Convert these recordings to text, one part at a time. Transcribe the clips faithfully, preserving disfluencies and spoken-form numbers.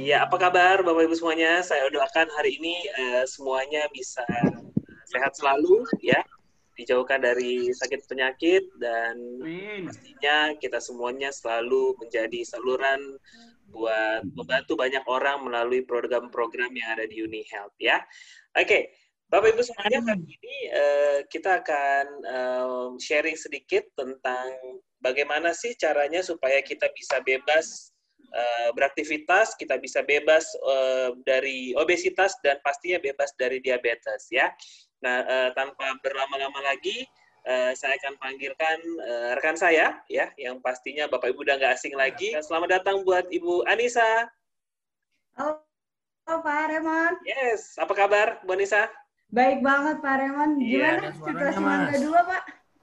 Ya, apa kabar Bapak Ibu semuanya? Saya doakan hari ini uh, semuanya bisa sehat selalu, ya, dijauhkan dari sakit penyakit, dan pastinya kita semuanya selalu menjadi saluran buat membantu banyak orang melalui program-program yang ada di UniHealth, ya. Oke, okay. Bapak Ibu semuanya, hari ini uh, kita akan uh, sharing sedikit tentang bagaimana sih caranya supaya kita bisa bebas uh, beraktivitas, kita bisa bebas uh, dari obesitas, dan pastinya bebas dari diabetes, ya. Nah, uh, tanpa berlama-lama lagi, uh, saya akan panggilkan uh, rekan saya, ya, yang pastinya Bapak Ibu udah nggak asing lagi. Selamat datang buat Ibu Anissa. Halo, halo Pak Remon. Yes, apa kabar Bu Anissa? Baik banget Pak Remon. Gimana Iya, situasi Mangga dua, Pak?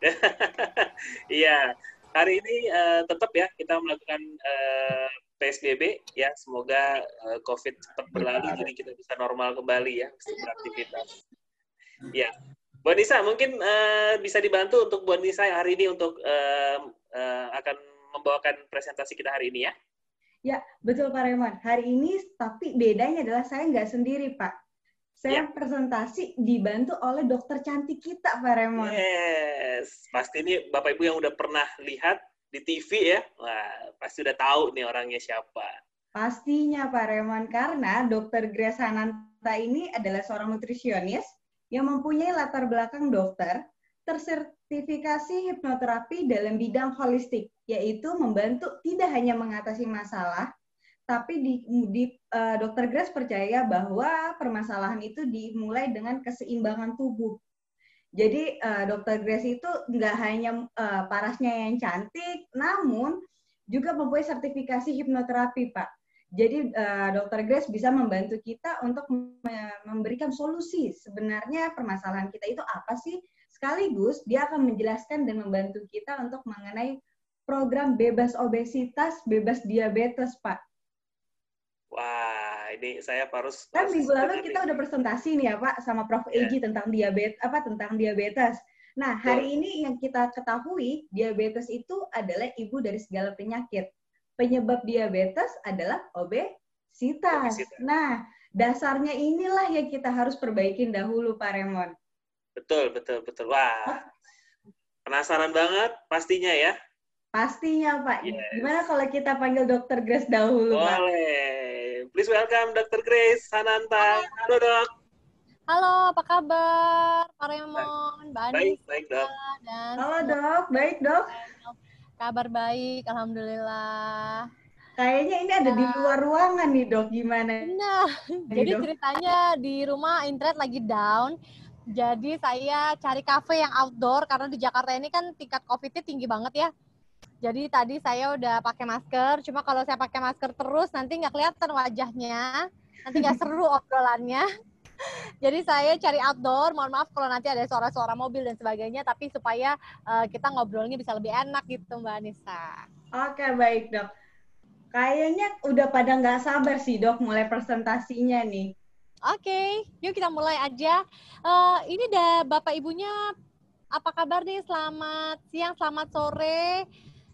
Iya, hari ini uh, tetap ya kita melakukan uh, P S B B, ya, semoga uh, COVID cepat berlalu jadi kita bisa normal kembali, ya, bisa beraktivitas. Ya, Bu Anissa mungkin uh, bisa dibantu untuk Bu Anissa hari ini untuk uh, uh, akan membawakan presentasi kita hari ini, ya. Ya, betul Pak Remon. Hari ini tapi bedanya adalah saya nggak sendiri, Pak. Saya ya. presentasi dibantu oleh dokter cantik kita, Pak Remon. Yes, pasti ini Bapak Ibu yang udah pernah lihat di T V, ya. Wah, pasti udah tahu nih orangnya siapa. Pastinya Pak Remon, karena dokter Grace Hananta ini adalah seorang nutrisionis yang mempunyai latar belakang dokter, tersertifikasi hipnoterapi dalam bidang holistik, yaitu membantu tidak hanya mengatasi masalah, tapi di, di uh, dokter Grace percaya bahwa permasalahan itu dimulai dengan keseimbangan tubuh. Jadi uh, dokter Grace itu nggak hanya uh, parasnya yang cantik, namun juga mempunyai sertifikasi hipnoterapi, Pak. Jadi uh, dokter Grace bisa membantu kita untuk memberikan solusi sebenarnya permasalahan kita itu apa sih. Sekaligus dia akan menjelaskan dan membantu kita untuk mengenai program bebas obesitas, bebas diabetes, Pak. Wah, ini saya harus. Kan minggu lalu kita udah presentasi nih ya Pak sama Prof Yeah. Egi tentang diabetes apa tentang diabetes. Nah, hari oh. ini yang kita ketahui diabetes itu adalah ibu dari segala penyakit. Penyebab diabetes adalah obesitas. obesitas. Nah, dasarnya inilah yang kita harus perbaikin dahulu, Pak Remon. Betul, betul, betul. Wah, penasaran banget pastinya ya. Pastinya, Pak. Yes. Gimana kalau kita panggil dokter Grace dahulu, Boleh. Pak? Boleh. Please welcome dokter Grace Hananta. Halo, Dok. Halo, apa kabar? Pak Remon, Mbak Anissa. Baik, baik, Dok. Dan Halo, Dok. Baik, Dok. Kabar baik, alhamdulillah. Kayaknya ini ada ya. Di luar ruangan nih, Dok. Gimana? Nah, jadi dok. Ceritanya di rumah internet lagi down. Jadi saya cari kafe yang outdoor karena di Jakarta ini kan tingkat COVID-nya tinggi banget ya. Jadi tadi saya udah pakai masker, cuma kalau saya pakai masker terus nanti nggak kelihatan wajahnya, nanti nggak seru obrolannya. Jadi saya cari outdoor, mohon maaf kalau nanti ada suara-suara mobil dan sebagainya, tapi supaya uh, kita ngobrolnya bisa lebih enak gitu Mbak Anissa. Oke, baik Dok. Kayaknya udah pada nggak sabar sih Dok mulai presentasinya nih. Oke, yuk kita mulai aja. Uh, ini udah Bapak Ibunya, apa kabar nih? Selamat siang, selamat sore.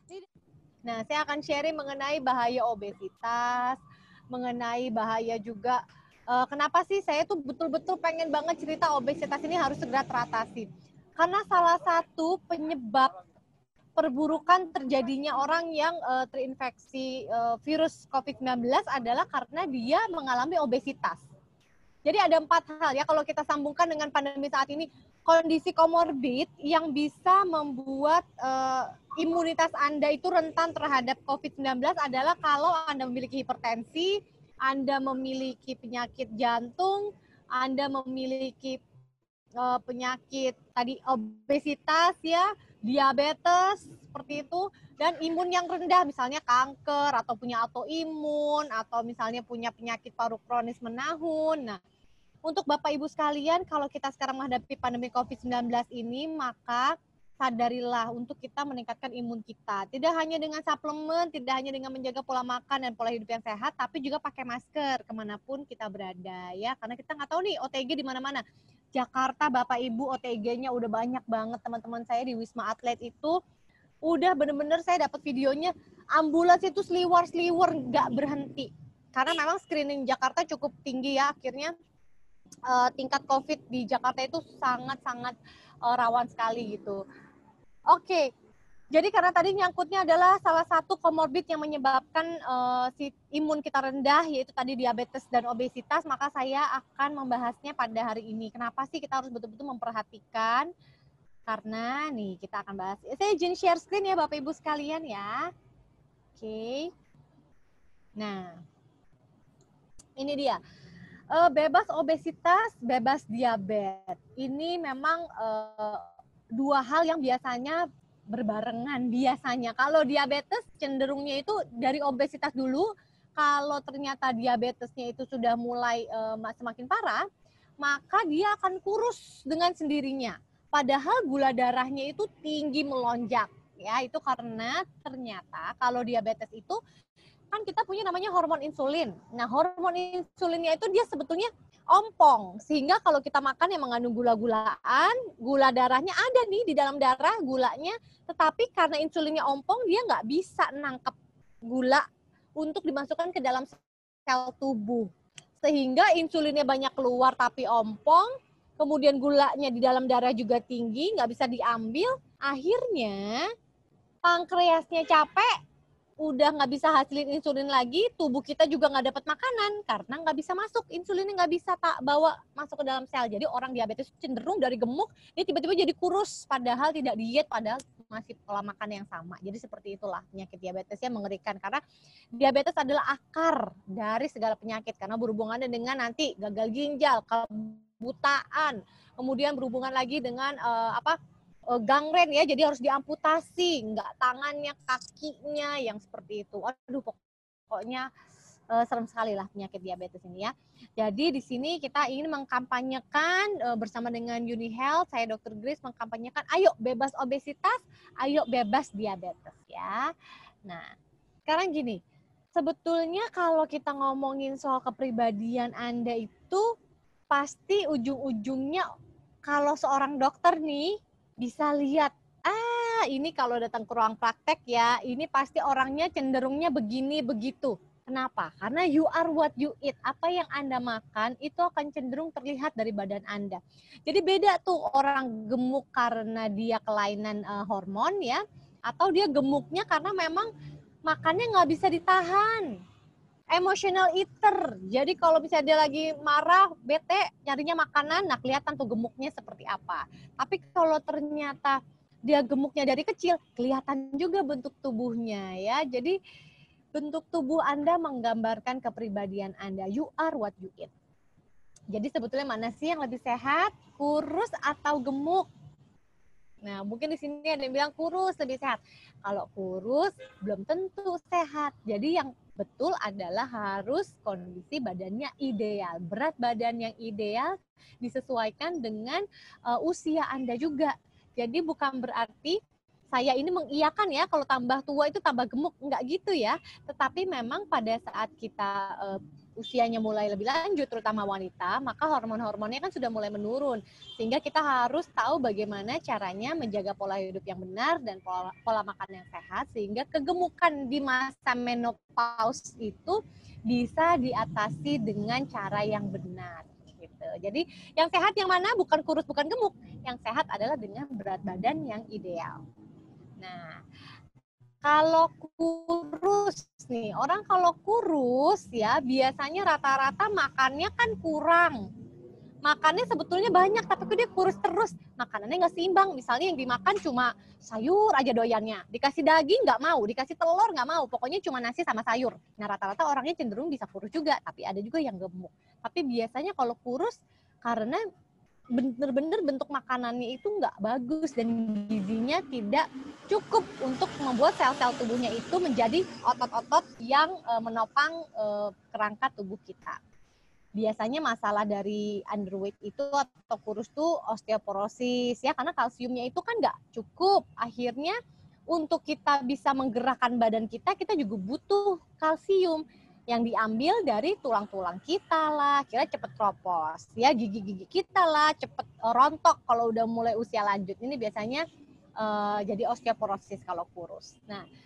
Nah, saya akan sharing mengenai bahaya obesitas, mengenai bahaya juga uh, kenapa sih saya tuh betul-betul pengen banget cerita obesitas ini harus segera teratasi. Karena salah satu penyebab perburukan terjadinya orang yang uh, terinfeksi uh, virus covid sembilan belas adalah karena dia mengalami obesitas. Jadi ada empat hal ya kalau kita sambungkan dengan pandemi saat ini, kondisi komorbid yang bisa membuat uh, imunitas Anda itu rentan terhadap covid sembilan belas adalah kalau Anda memiliki hipertensi, Anda memiliki penyakit jantung, Anda memiliki uh, penyakit tadi obesitas ya, diabetes seperti itu, dan imun yang rendah misalnya kanker atau punya autoimun atau misalnya punya penyakit paru kronis menahun. Nah, untuk Bapak Ibu sekalian, kalau kita sekarang menghadapi pandemi covid sembilan belas ini, maka sadarilah untuk kita meningkatkan imun kita. Tidak hanya dengan suplemen, tidak hanya dengan menjaga pola makan dan pola hidup yang sehat, tapi juga pakai masker kemanapun kita berada ya. Karena kita nggak tahu nih O T G di mana-mana. Jakarta Bapak Ibu O T G-nya udah banyak banget, teman-teman saya di Wisma Atlet itu udah bener-bener saya dapat videonya ambulans itu seliwar-seliwar nggak berhenti. karena memang screening Jakarta cukup tinggi ya, akhirnya uh, tingkat COVID di Jakarta itu sangat-sangat uh, rawan sekali gitu. Oke, jadi karena tadi nyangkutnya adalah salah satu komorbid yang menyebabkan uh, si imun kita rendah, yaitu tadi diabetes dan obesitas, maka saya akan membahasnya pada hari ini. Kenapa sih kita harus betul-betul memperhatikan? Karena nih kita akan bahas. Saya izin share screen ya Bapak Ibu sekalian ya. Oke. Nah, ini dia. Uh, bebas obesitas, bebas diabetes. Ini memang uh, dua hal yang biasanya berbarengan biasanya. Kalau diabetes cenderungnya itu dari obesitas dulu. Kalau ternyata diabetesnya itu sudah mulai uh, semakin parah, maka dia akan kurus dengan sendirinya. Padahal gula darahnya itu tinggi melonjak, ya itu karena ternyata kalau diabetes itu kan kita punya namanya hormon insulin. Nah hormon insulinnya itu dia sebetulnya ompong, sehingga kalau kita makan yang mengandung gula-gulaan, gula darahnya ada nih di dalam darah gulanya, tetapi karena insulinnya ompong dia nggak bisa nangkep gula untuk dimasukkan ke dalam sel tubuh, sehingga insulinnya banyak keluar tapi ompong. Kemudian gulanya di dalam darah juga tinggi, nggak bisa diambil. Akhirnya pankreasnya capek, udah nggak bisa hasilin insulin lagi, tubuh kita juga nggak dapat makanan karena nggak bisa masuk, insulinnya nggak bisa tak bawa masuk ke dalam sel. Jadi orang diabetes cenderung dari gemuk, dia tiba-tiba jadi kurus, padahal tidak diet, padahal masih pola makan yang sama. Jadi seperti itulah penyakit diabetesnya mengerikan, karena diabetes adalah akar dari segala penyakit, karena berhubungannya dengan nanti gagal ginjal, butaan, kemudian berhubungan lagi dengan uh, apa uh, gangren ya, jadi harus diamputasi, nggak tangannya, kakinya, yang seperti itu. Aduh, pokoknya uh, serem sekali lah penyakit diabetes ini ya. Jadi di sini kita ingin mengkampanyekan uh, bersama dengan Uni Health, saya dokter Grace mengkampanyekan, ayo bebas obesitas, ayo bebas diabetes ya. Nah, sekarang gini, sebetulnya kalau kita ngomongin soal kepribadian Anda itu pasti ujung-ujungnya kalau seorang dokter nih bisa lihat, ah ini kalau datang ke ruang praktek ya, ini pasti orangnya cenderungnya begini begitu. Kenapa? Karena you are what you eat. Apa yang Anda makan itu akan cenderung terlihat dari badan Anda. Jadi beda tuh orang gemuk karena dia kelainan uh, hormon ya, atau dia gemuknya karena memang makannya nggak bisa ditahan. Emotional eater. Jadi kalau misalnya dia lagi marah, bete, nyarinya makanan, nah kelihatan tuh gemuknya seperti apa. Tapi kalau ternyata dia gemuknya dari kecil, kelihatan juga bentuk tubuhnya ya. Jadi bentuk tubuh Anda menggambarkan kepribadian Anda. You are what you eat. Jadi sebetulnya mana sih yang lebih sehat? Kurus atau gemuk? Nah, mungkin di sini ada yang bilang kurus lebih sehat. Kalau kurus belum tentu sehat. Jadi yang betul adalah harus kondisi badannya ideal. Berat badan yang ideal disesuaikan dengan uh, usia Anda juga. Jadi bukan berarti saya ini mengiyakan ya kalau tambah tua itu tambah gemuk. Enggak gitu ya. Tetapi memang pada saat kita uh, usianya mulai lebih lanjut, terutama wanita, maka hormon-hormonnya kan sudah mulai menurun. Sehingga kita harus tahu bagaimana caranya menjaga pola hidup yang benar dan pola, pola makan yang sehat, sehingga kegemukan di masa menopause itu bisa diatasi dengan cara yang benar. Gitu. Jadi yang sehat yang mana? Bukan kurus, bukan gemuk. Yang sehat adalah dengan berat badan yang ideal. Nah, kalau kurus nih, orang kalau kurus ya biasanya rata-rata makannya kan kurang. Makannya sebetulnya banyak tapi dia kurus terus. Makanannya nggak seimbang. Misalnya yang dimakan cuma sayur aja doyannya. Dikasih daging nggak mau, dikasih telur nggak mau. Pokoknya cuma nasi sama sayur. Nah rata-rata orangnya cenderung bisa kurus juga. Tapi ada juga yang gemuk. Tapi biasanya kalau kurus karena bener-bener bentuk makanannya itu nggak bagus dan gizinya tidak cukup untuk membuat sel-sel tubuhnya itu menjadi otot-otot yang e, menopang e, kerangka tubuh kita. Biasanya masalah dari underweight itu atau kurus tuh osteoporosis ya, karena kalsiumnya itu kan nggak cukup. Akhirnya untuk kita bisa menggerakkan badan kita, kita juga butuh kalsium yang diambil dari tulang-tulang kita lah, kira cepet kropos, ya gigi-gigi kita lah cepet rontok kalau udah mulai usia lanjut. Ini biasanya uh, jadi osteoporosis kalau kurus. Nah,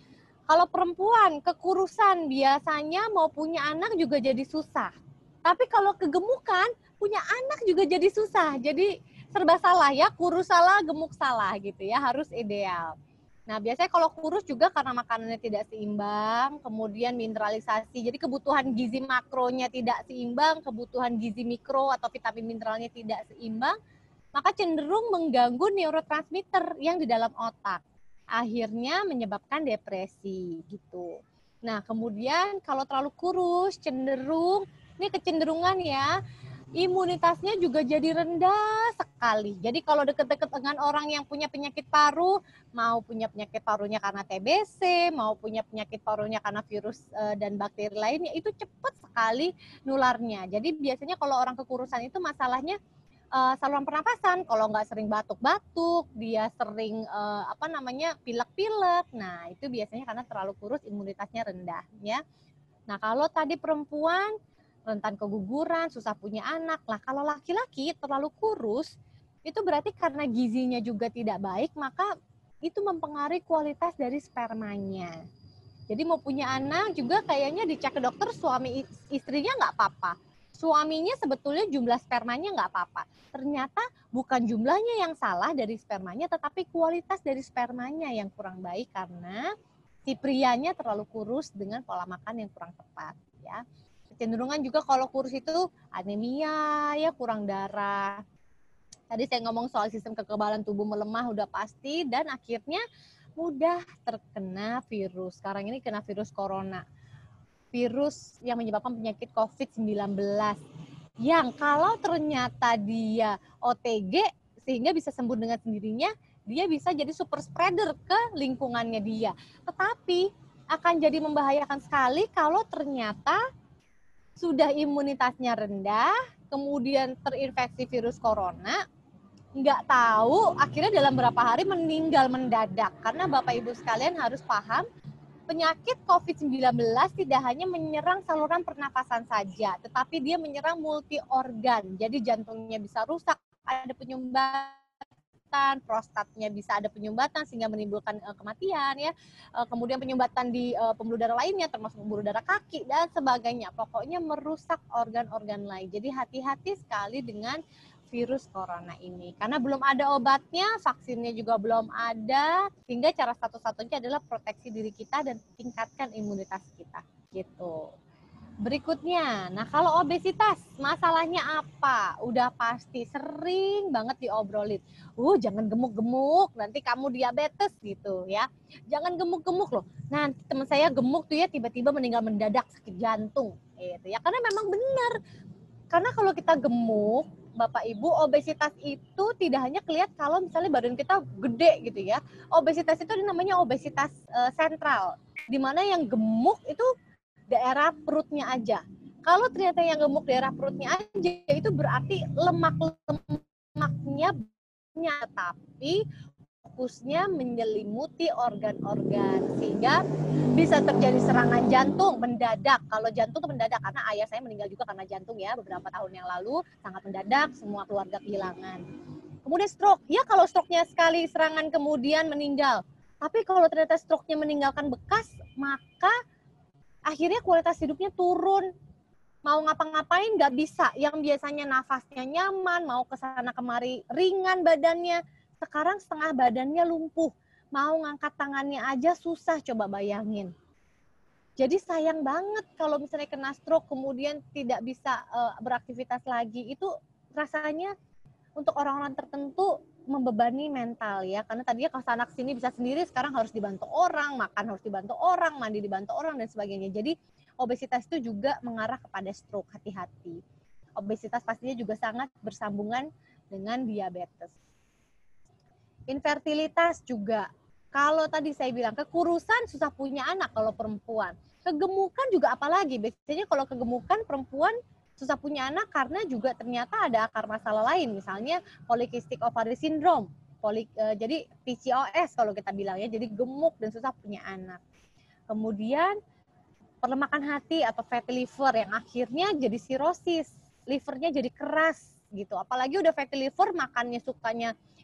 Kalau perempuan, kekurusan biasanya mau punya anak juga jadi susah. Tapi kalau kegemukan, punya anak juga jadi susah. Jadi serba salah ya, kurus salah, gemuk salah gitu ya, harus ideal. Nah biasanya kalau kurus juga karena makanannya tidak seimbang, kemudian mineralisasi, jadi kebutuhan gizi makronya tidak seimbang, kebutuhan gizi mikro atau vitamin mineralnya tidak seimbang, maka cenderung mengganggu neurotransmitter yang di dalam otak. Akhirnya menyebabkan depresi gitu. Nah, kemudian kalau terlalu kurus, cenderung, ini kecenderungan ya, imunitasnya juga jadi rendah sekali. Jadi kalau deket-deket dengan orang yang punya penyakit paru, mau punya penyakit parunya karena T B C, mau punya penyakit parunya karena virus dan bakteri lainnya, itu cepat sekali nularnya. Jadi biasanya kalau orang kekurusan itu masalahnya Uh, saluran pernapasan, kalau nggak sering batuk-batuk, dia sering uh, apa namanya pilek-pilek. Nah itu biasanya karena terlalu kurus, imunitasnya rendah ya. Nah kalau tadi perempuan rentan keguguran, susah punya anak. Lah kalau laki-laki terlalu kurus, itu berarti karena gizinya juga tidak baik, maka itu mempengaruhi kualitas dari spermanya. Jadi mau punya anak juga kayaknya dicek ke dokter, suami istrinya nggak apa-apa. Suaminya sebetulnya jumlah spermanya nggak apa-apa. Ternyata bukan jumlahnya yang salah dari spermanya, tetapi kualitas dari spermanya yang kurang baik karena si prianya terlalu kurus dengan pola makan yang kurang tepat. Ya, kecenderungan juga kalau kurus itu anemia, ya kurang darah. Tadi saya ngomong soal sistem kekebalan tubuh melemah udah pasti, dan akhirnya mudah terkena virus. Sekarang ini kena virus corona. Virus yang menyebabkan penyakit covid sembilan belas yang kalau ternyata dia O T G sehingga bisa sembuh dengan sendirinya, dia bisa jadi super spreader ke lingkungannya dia. Tetapi akan jadi membahayakan sekali kalau ternyata sudah imunitasnya rendah, kemudian terinfeksi virus corona, nggak tahu akhirnya dalam berapa hari meninggal mendadak. Karena Bapak Ibu sekalian harus paham, penyakit covid sembilan belas tidak hanya menyerang saluran pernafasan saja, tetapi dia menyerang multi organ. Jadi jantungnya bisa rusak, ada penyumbatan, prostatnya bisa ada penyumbatan sehingga menimbulkan uh, kematian ya. Uh, kemudian penyumbatan di uh, pembuluh darah lainnya termasuk pembuluh darah kaki dan sebagainya. Pokoknya merusak organ-organ lain. Jadi hati-hati sekali dengan virus corona ini. Karena belum ada obatnya, vaksinnya juga belum ada, sehingga cara satu-satunya adalah proteksi diri kita dan tingkatkan imunitas kita. Gitu. Berikutnya, nah kalau obesitas, masalahnya apa? Udah pasti sering banget diobrolin. Uh, jangan gemuk-gemuk, nanti kamu diabetes gitu ya. Jangan gemuk-gemuk loh. Nah, teman saya gemuk tuh ya tiba-tiba meninggal mendadak sakit jantung. Gitu ya. Karena memang benar. Karena kalau kita gemuk, Bapak Ibu, obesitas itu tidak hanya kelihatan kalau misalnya badan kita gede gitu ya. Obesitas itu namanya obesitas uh, sentral, di mana yang gemuk itu daerah perutnya aja. Kalau ternyata yang gemuk daerah perutnya aja, itu berarti lemak-lemaknya banyak, tapi fokusnya menyelimuti organ-organ sehingga bisa terjadi serangan jantung mendadak. Kalau jantung itu mendadak karena ayah saya meninggal juga karena jantung ya beberapa tahun yang lalu, sangat mendadak, semua keluarga kehilangan. Kemudian stroke, ya kalau stroke-nya sekali serangan kemudian meninggal. Tapi kalau ternyata stroke-nya meninggalkan bekas, maka akhirnya kualitas hidupnya turun. Mau ngapa-ngapain nggak bisa. Yang biasanya nafasnya nyaman, mau kesana kemari ringan badannya, sekarang setengah badannya lumpuh. Mau ngangkat tangannya aja susah, coba bayangin. Jadi sayang banget kalau misalnya kena stroke kemudian tidak bisa uh, beraktivitas lagi. Itu rasanya untuk orang-orang tertentu membebani mental ya. Karena tadinya kalau anak sini bisa sendiri, sekarang harus dibantu orang, makan harus dibantu orang, mandi dibantu orang dan sebagainya. Jadi obesitas itu juga mengarah kepada stroke, hati-hati. Obesitas pastinya juga sangat bersambungan dengan diabetes. Infertilitas juga. Kalau tadi saya bilang kekurusan susah punya anak kalau perempuan. Kegemukan juga apalagi. Biasanya kalau kegemukan perempuan susah punya anak karena juga ternyata ada akar masalah lain. Misalnya polycystic ovary syndrome. Poly, uh, jadi P C O S kalau kita bilang ya. Jadi gemuk dan susah punya anak. Kemudian perlemakan hati atau fatty liver yang akhirnya jadi sirosis. Livernya jadi keras gitu. Apalagi udah fatty liver, makannya sukanya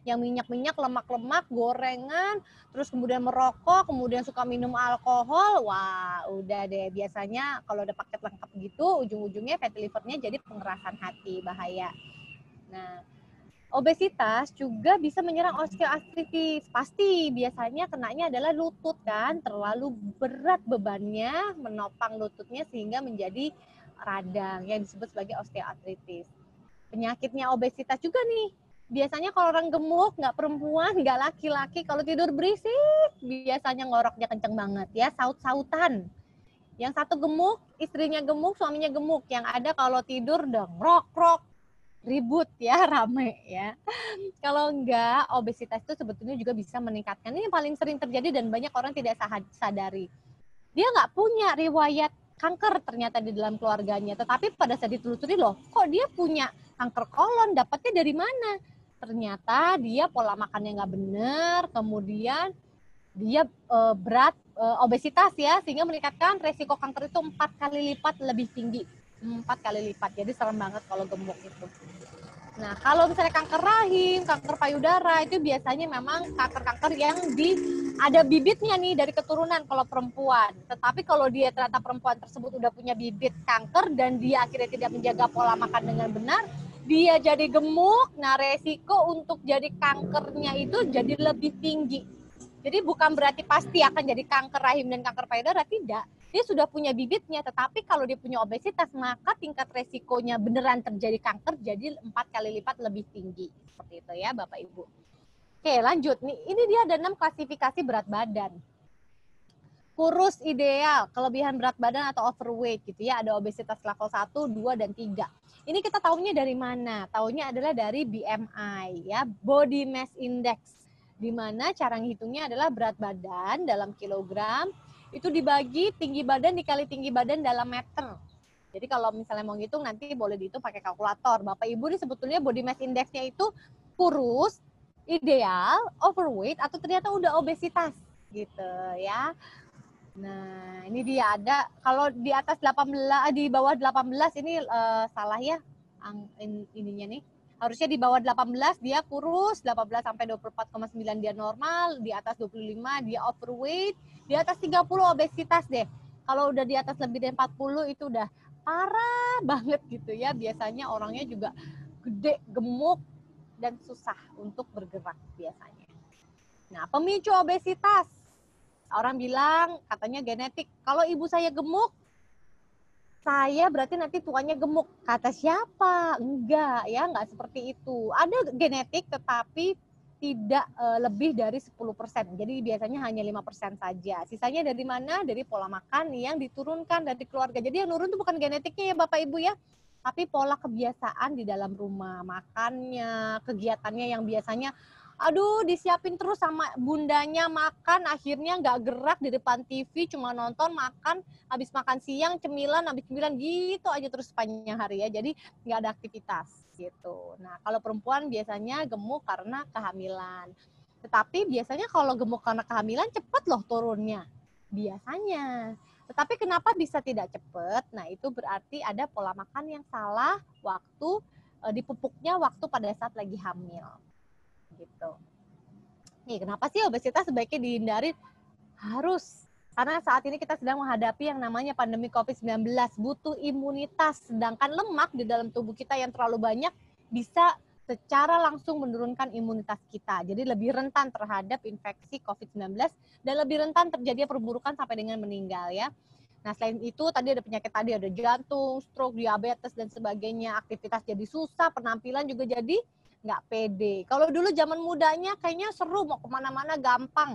yang minyak-minyak, lemak-lemak, gorengan, terus kemudian merokok, kemudian suka minum alkohol, wah udah deh biasanya kalau udah paket lengkap gitu, ujung-ujungnya fatty livernya jadi pengerasan hati, bahaya. Nah, obesitas juga bisa menyerang osteoartritis. Pasti biasanya kenanya adalah lutut kan, terlalu berat bebannya menopang lututnya sehingga menjadi radang yang disebut sebagai osteoartritis. Penyakitnya obesitas juga nih. Biasanya kalau orang gemuk, nggak perempuan, nggak laki-laki, kalau tidur berisik, biasanya ngoroknya kenceng banget ya, saut-sautan. Yang satu gemuk, istrinya gemuk, suaminya gemuk. Yang ada kalau tidur udah ngrok-ngrok, ribut ya, rame ya. Kalau enggak, obesitas itu sebetulnya juga bisa meningkatkan. Ini yang paling sering terjadi dan banyak orang tidak sadari. Dia nggak punya riwayat kanker ternyata di dalam keluarganya, tetapi pada saat ditelusuri loh, kok dia punya kanker kolon, dapatnya dari mana? Ternyata dia pola makannya nggak benar, kemudian dia e, berat, e, obesitas ya, sehingga meningkatkan resiko kanker itu empat kali lipat lebih tinggi, empat kali lipat. Jadi serem banget kalau gemuk itu. Nah, kalau misalnya kanker rahim, kanker payudara, itu biasanya memang kanker-kanker yang di ada bibitnya nih dari keturunan kalau perempuan. Tetapi kalau dia ternyata perempuan tersebut udah punya bibit kanker dan dia akhirnya tidak menjaga pola makan dengan benar, dia jadi gemuk, nah resiko untuk jadi kankernya itu jadi lebih tinggi. Jadi bukan berarti pasti akan jadi kanker rahim dan kanker payudara, tidak. Dia sudah punya bibitnya, tetapi kalau dia punya obesitas, maka tingkat resikonya beneran terjadi kanker jadi empat kali lipat lebih tinggi. Seperti itu ya Bapak Ibu. Oke lanjut, nih ini dia ada enam klasifikasi berat badan. Kurus ideal, kelebihan berat badan atau overweight gitu ya, ada obesitas level satu, dua, dan tiga. Ini kita tahunya dari mana? Tahunya adalah dari B M I ya, Body Mass Index. Di mana cara ngitungnya adalah berat badan dalam kilogram, itu dibagi tinggi badan dikali tinggi badan dalam meter. Jadi kalau misalnya mau ngitung nanti boleh dihitung pakai kalkulator. Bapak Ibu ini sebetulnya body mass index-nya itu kurus, ideal, overweight, atau ternyata udah obesitas gitu ya. Nah ini dia ada, kalau di atas delapan belas, di bawah delapan belas ini uh, salah ya in, ininya nih. Harusnya di bawah delapan belas dia kurus, delapan belas sampai dua puluh empat koma sembilan dia normal, di atas dua puluh lima dia overweight, di atas tiga puluh obesitas deh. Kalau udah di atas lebih dari empat puluh itu udah parah banget gitu ya. Biasanya orangnya juga gede, gemuk, dan susah untuk bergerak biasanya. Nah, pemicu obesitas. Orang bilang katanya genetik. Kalau ibu saya gemuk, saya berarti nanti tuanya gemuk. Kata siapa? Enggak ya, enggak seperti itu. Ada genetik tetapi tidak e, lebih dari sepuluh persen. Jadi biasanya hanya lima persen saja. Sisanya dari mana? Dari pola makan yang diturunkan dari keluarga. Jadi yang nurun itu bukan genetiknya ya Bapak Ibu ya, tapi pola kebiasaan di dalam rumah. Makannya, kegiatannya yang biasanya aduh disiapin terus sama bundanya makan, akhirnya nggak gerak di depan T V, cuma nonton, makan, habis makan siang, cemilan, habis cemilan gitu aja terus sepanjang hari ya, jadi nggak ada aktivitas gitu. Nah kalau perempuan biasanya gemuk karena kehamilan, tetapi biasanya kalau gemuk karena kehamilan cepat loh turunnya, biasanya. Tetapi kenapa bisa tidak cepat? Nah itu berarti ada pola makan yang salah waktu e, di pupuknya waktu pada saat lagi hamil. Gitu. Nih, kenapa sih obesitas sebaiknya dihindari? Harus. Karena saat ini kita sedang menghadapi yang namanya pandemi covid sembilan belas, butuh imunitas. Sedangkan lemak di dalam tubuh kita yang terlalu banyak bisa secara langsung menurunkan imunitas kita. Jadi lebih rentan terhadap infeksi covid sembilan belas dan lebih rentan terjadi perburukan sampai dengan meninggal ya. Nah, selain itu tadi ada penyakit tadi, ada jantung, stroke, diabetes, dan sebagainya. Aktivitas jadi susah, penampilan juga jadi nggak pede. Kalau dulu zaman mudanya kayaknya seru, mau kemana-mana gampang.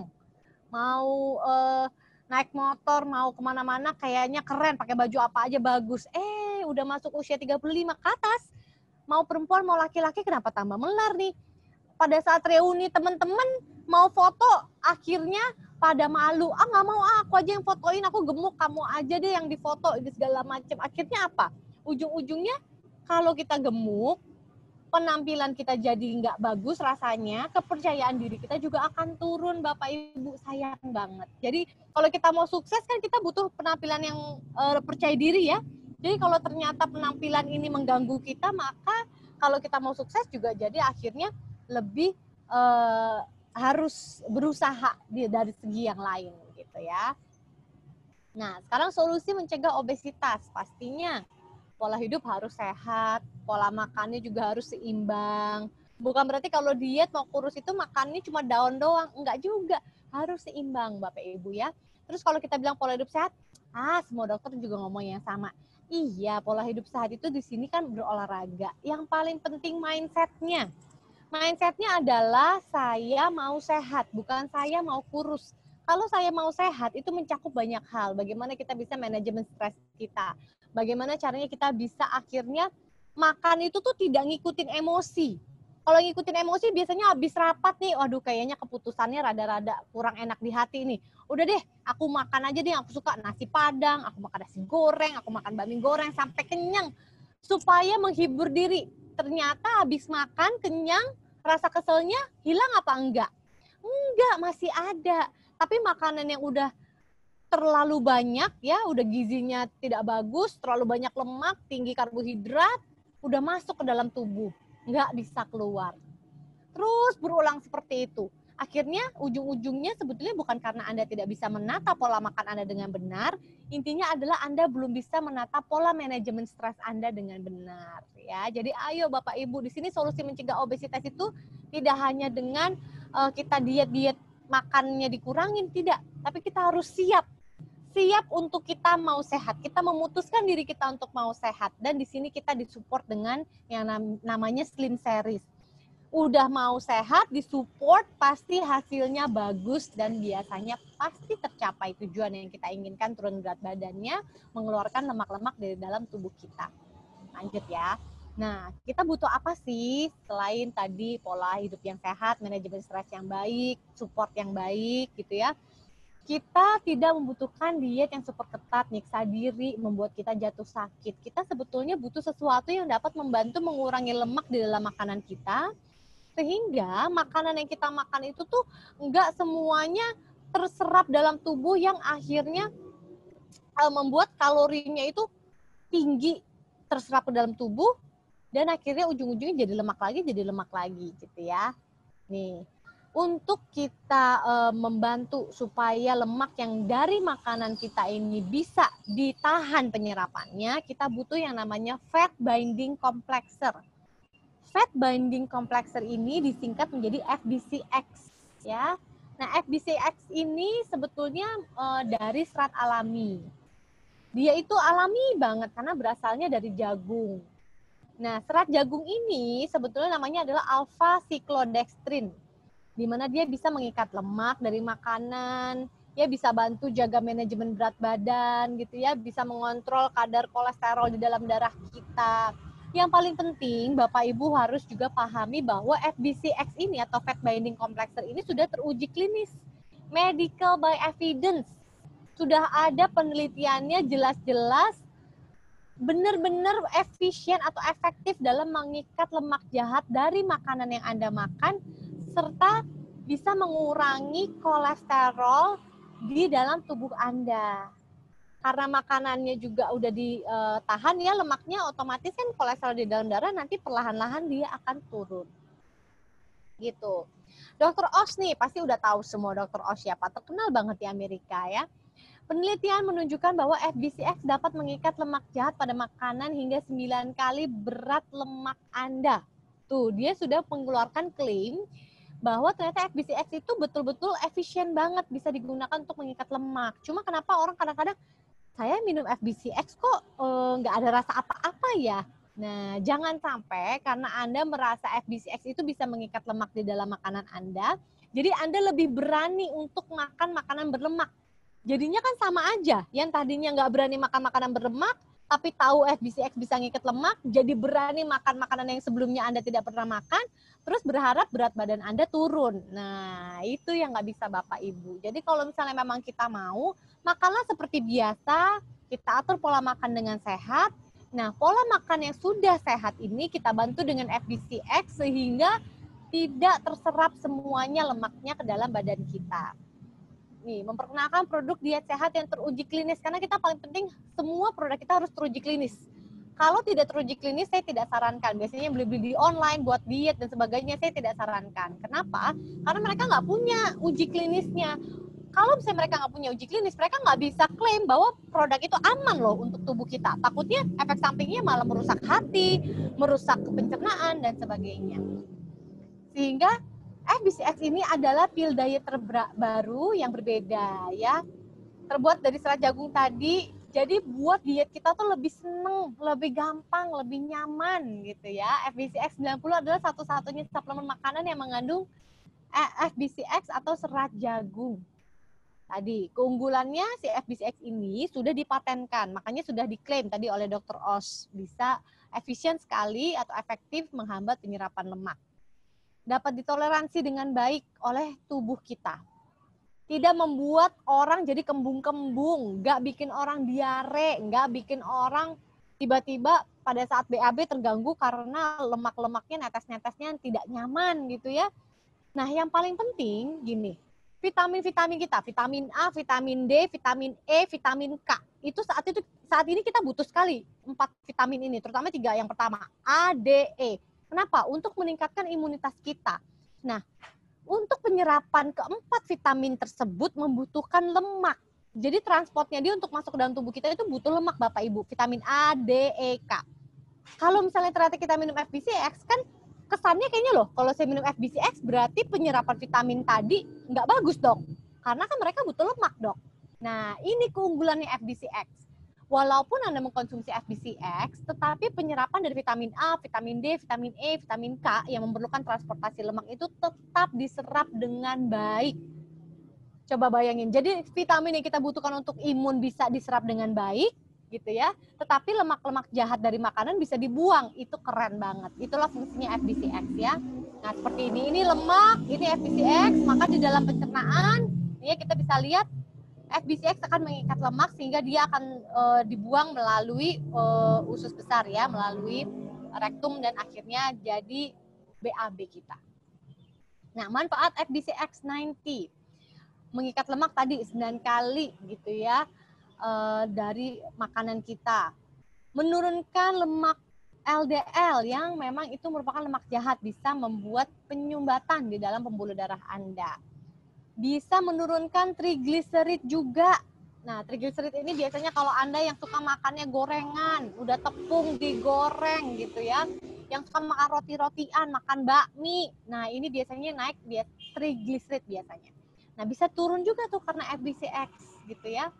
Mau eh, naik motor, mau kemana-mana kayaknya keren, pakai baju apa aja bagus. Eh, udah masuk usia tiga puluh lima ke atas, mau perempuan, mau laki-laki kenapa tambah melar nih? Pada saat reuni teman-teman mau foto, akhirnya pada malu. Ah nggak mau, ah, aku aja yang fotoin, aku gemuk, kamu aja deh yang difoto, ini segala macam. Akhirnya apa? Ujung-ujungnya kalau kita gemuk, penampilan kita jadi nggak bagus rasanya, kepercayaan diri kita juga akan turun Bapak Ibu, sayang banget. Jadi kalau kita mau sukses kan kita butuh penampilan yang uh, percaya diri ya. Jadi kalau ternyata penampilan ini mengganggu kita, maka kalau kita mau sukses juga jadi akhirnya lebih uh, harus berusaha di, dari segi yang lain gitu ya. Nah, sekarang solusi mencegah obesitas. Pastinya pola hidup harus sehat, pola makannya juga harus seimbang. Bukan berarti kalau diet mau kurus itu makannya cuma daun doang. Enggak juga, harus seimbang Bapak Ibu ya. Terus kalau kita bilang pola hidup sehat, ah semua dokter juga ngomong yang sama. Iya, pola hidup sehat itu di sini kan berolahraga. Yang paling penting mindset-nya. Mindset-nya adalah saya mau sehat, bukan saya mau kurus. Kalau saya mau sehat, itu mencakup banyak hal. Bagaimana kita bisa manajemen stres kita. Bagaimana caranya kita bisa akhirnya makan itu tuh tidak ngikutin emosi. Kalau ngikutin emosi biasanya habis rapat nih, waduh kayaknya keputusannya rada-rada kurang enak di hati nih. Udah deh, aku makan aja deh, aku suka nasi padang, aku makan nasi goreng, aku makan bakmi goreng sampai kenyang. Supaya menghibur diri. Ternyata habis makan kenyang, rasa keselnya hilang apa enggak? Enggak, masih ada. Tapi makanan yang udah terlalu banyak ya, udah gizinya tidak bagus, terlalu banyak lemak, tinggi karbohidrat, udah masuk ke dalam tubuh, nggak bisa keluar. Terus berulang seperti itu. Akhirnya ujung-ujungnya sebetulnya bukan karena Anda tidak bisa menata pola makan Anda dengan benar, intinya adalah Anda belum bisa menata pola manajemen stres Anda dengan benar. Ya, jadi ayo Bapak Ibu, di sini solusi mencegah obesitas itu tidak hanya dengan uh, kita diet-diet makannya dikurangin, tidak. Tapi kita harus siap. Siap untuk kita mau sehat. Kita memutuskan diri kita untuk mau sehat. Dan di sini kita disupport dengan yang namanya Slim Series. Udah mau sehat, disupport, pasti hasilnya bagus dan biasanya pasti tercapai tujuan yang kita inginkan, turun berat badannya, mengeluarkan lemak-lemak dari dalam tubuh kita. Lanjut ya. Nah, kita butuh apa sih selain tadi pola hidup yang sehat, manajemen stres yang baik, support yang baik gitu ya. Kita tidak membutuhkan diet yang super ketat, nyiksa diri, membuat kita jatuh sakit. Kita sebetulnya butuh sesuatu yang dapat membantu mengurangi lemak di dalam makanan kita, sehingga makanan yang kita makan itu tuh enggak semuanya terserap dalam tubuh yang akhirnya uh, membuat kalorinya itu tinggi terserap ke dalam tubuh, dan akhirnya ujung-ujungnya jadi lemak lagi, jadi lemak lagi gitu ya. Nih, untuk kita e, membantu supaya lemak yang dari makanan kita ini bisa ditahan penyerapannya, kita butuh yang namanya fat binding complexer. Fat binding complexer ini disingkat menjadi F B C X ya. Nah, F B C X ini sebetulnya e, dari serat alami. Dia itu alami banget karena berasalnya dari jagung. Nah, serat jagung ini sebetulnya namanya adalah alpha cyclodextrin, di mana dia bisa mengikat lemak dari makanan, ya bisa bantu jaga manajemen berat badan gitu ya, bisa mengontrol kadar kolesterol di dalam darah kita. Yang paling penting, Bapak Ibu harus juga pahami bahwa F B C X ini atau fat binding complexer ini sudah teruji klinis, medical by evidence. Sudah ada penelitiannya jelas-jelas benar-benar efisien atau efektif dalam mengikat lemak jahat dari makanan yang Anda makan, serta bisa mengurangi kolesterol di dalam tubuh Anda. Karena makanannya juga udah ditahan ya lemaknya, otomatis kan kolesterol di dalam darah nanti perlahan-lahan dia akan turun. Gitu. Dokter Oz nih, pasti udah tahu semua Dokter Oz siapa, terkenal banget di Amerika ya. Penelitian menunjukkan bahwa F B C X dapat mengikat lemak jahat pada makanan hingga sembilan kali berat lemak Anda. Tuh, dia sudah mengeluarkan klaim bahwa ternyata F B C X itu betul-betul efisien banget bisa digunakan untuk mengikat lemak. Cuma kenapa orang kadang-kadang, saya minum F B C X kok nggak eh, ada rasa apa-apa ya? Nah, jangan sampai karena Anda merasa F B C X itu bisa mengikat lemak di dalam makanan Anda, jadi Anda lebih berani untuk makan makanan berlemak. Jadinya kan sama aja, yang tadinya nggak berani makan makanan berlemak, tapi tahu F B C X bisa ngikat lemak, jadi berani makan makanan yang sebelumnya Anda tidak pernah makan, terus berharap berat badan Anda turun. Nah, itu yang nggak bisa Bapak Ibu. Jadi kalau misalnya memang kita mau, makanlah seperti biasa, kita atur pola makan dengan sehat. Nah, pola makan yang sudah sehat ini kita bantu dengan F B C X sehingga tidak terserap semuanya lemaknya ke dalam badan kita. Nih, memperkenalkan produk diet sehat yang teruji klinis, karena kita paling penting semua produk kita harus teruji klinis. Kalau tidak teruji klinis, saya tidak sarankan. Biasanya beli-beli di online buat diet dan sebagainya, saya tidak sarankan. Kenapa? Karena mereka nggak punya uji klinisnya. Kalau misalnya mereka nggak punya uji klinis, mereka nggak bisa klaim bahwa produk itu aman loh untuk tubuh kita. Takutnya efek sampingnya malah merusak hati, merusak pencernaan, dan sebagainya. Sehingga F B C X ini adalah pil diet terbaru yang berbeda ya. Terbuat dari serat jagung tadi. Jadi buat diet kita tuh lebih seneng, lebih gampang, lebih nyaman gitu ya. F B C X sembilan puluh adalah satu-satunya suplemen makanan yang mengandung F B C X atau serat jagung. Tadi keunggulannya si F B C X ini sudah dipatenkan, makanya sudah diklaim tadi oleh dokter Oz. Bisa efisien sekali atau efektif menghambat penyerapan lemak. Dapat ditoleransi dengan baik oleh tubuh kita. Tidak membuat orang jadi kembung-kembung, nggak bikin orang diare, nggak bikin orang tiba-tiba pada saat B A B terganggu karena lemak-lemaknya, netes-netesnya tidak nyaman gitu ya. Nah yang paling penting gini, vitamin-vitamin kita, vitamin A, vitamin D, vitamin E, vitamin K, itu saat itu saat ini kita butuh sekali empat vitamin ini, terutama tiga yang pertama, A, D, E. Kenapa? Untuk meningkatkan imunitas kita. Nah, untuk penyerapan keempat vitamin tersebut membutuhkan lemak. Jadi transportnya dia untuk masuk ke dalam tubuh kita itu butuh lemak Bapak Ibu. Vitamin A, D, E, K. Kalau misalnya ternyata kita minum F B C X kan kesannya kayaknya loh, kalau saya minum F B C X berarti penyerapan vitamin tadi nggak bagus dong. Karena kan mereka butuh lemak dong. Nah ini keunggulannya F B C X. Walaupun Anda mengkonsumsi F B C X, tetapi penyerapan dari vitamin A, vitamin D, vitamin E, vitamin K yang memerlukan transportasi lemak itu tetap diserap dengan baik. Coba bayangin, jadi vitamin yang kita butuhkan untuk imun bisa diserap dengan baik, gitu ya. Tetapi lemak-lemak jahat dari makanan bisa dibuang, itu keren banget. Itulah fungsinya F B C X ya. Nah seperti ini, ini lemak, ini F B C X, maka di dalam pencernaan, ya kita bisa lihat F B C X akan mengikat lemak sehingga dia akan e, dibuang melalui e, usus besar ya, melalui rektum dan akhirnya jadi B A B kita. Nah, manfaat F B C X sembilan puluh mengikat lemak tadi sembilan kali gitu ya e, dari makanan kita. Menurunkan lemak L D L yang memang itu merupakan lemak jahat, bisa membuat penyumbatan di dalam pembuluh darah Anda. Bisa menurunkan trigliserid juga. Nah, trigliserid ini biasanya kalau Anda yang suka makannya gorengan, udah tepung digoreng gitu ya, yang suka makan roti-rotian, makan bakmi. Nah, ini biasanya naik dia trigliserid biasanya. Nah, bisa turun juga tuh karena F B C X gitu ya.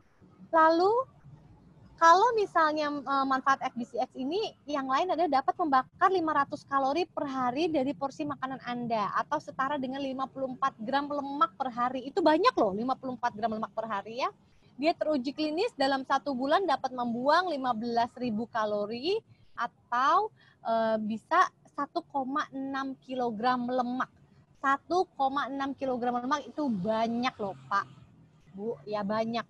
Lalu kalau misalnya e, manfaat F B C X ini yang lain adalah dapat membakar lima ratus kalori per hari dari porsi makanan Anda atau setara dengan lima puluh empat gram lemak per hari. Itu banyak loh, lima puluh empat gram lemak per hari ya. Dia teruji klinis dalam satu bulan dapat membuang lima belas ribu kalori atau e, bisa satu koma enam kilogram lemak. satu koma enam kilogram lemak itu banyak loh Pak, Bu, ya banyak.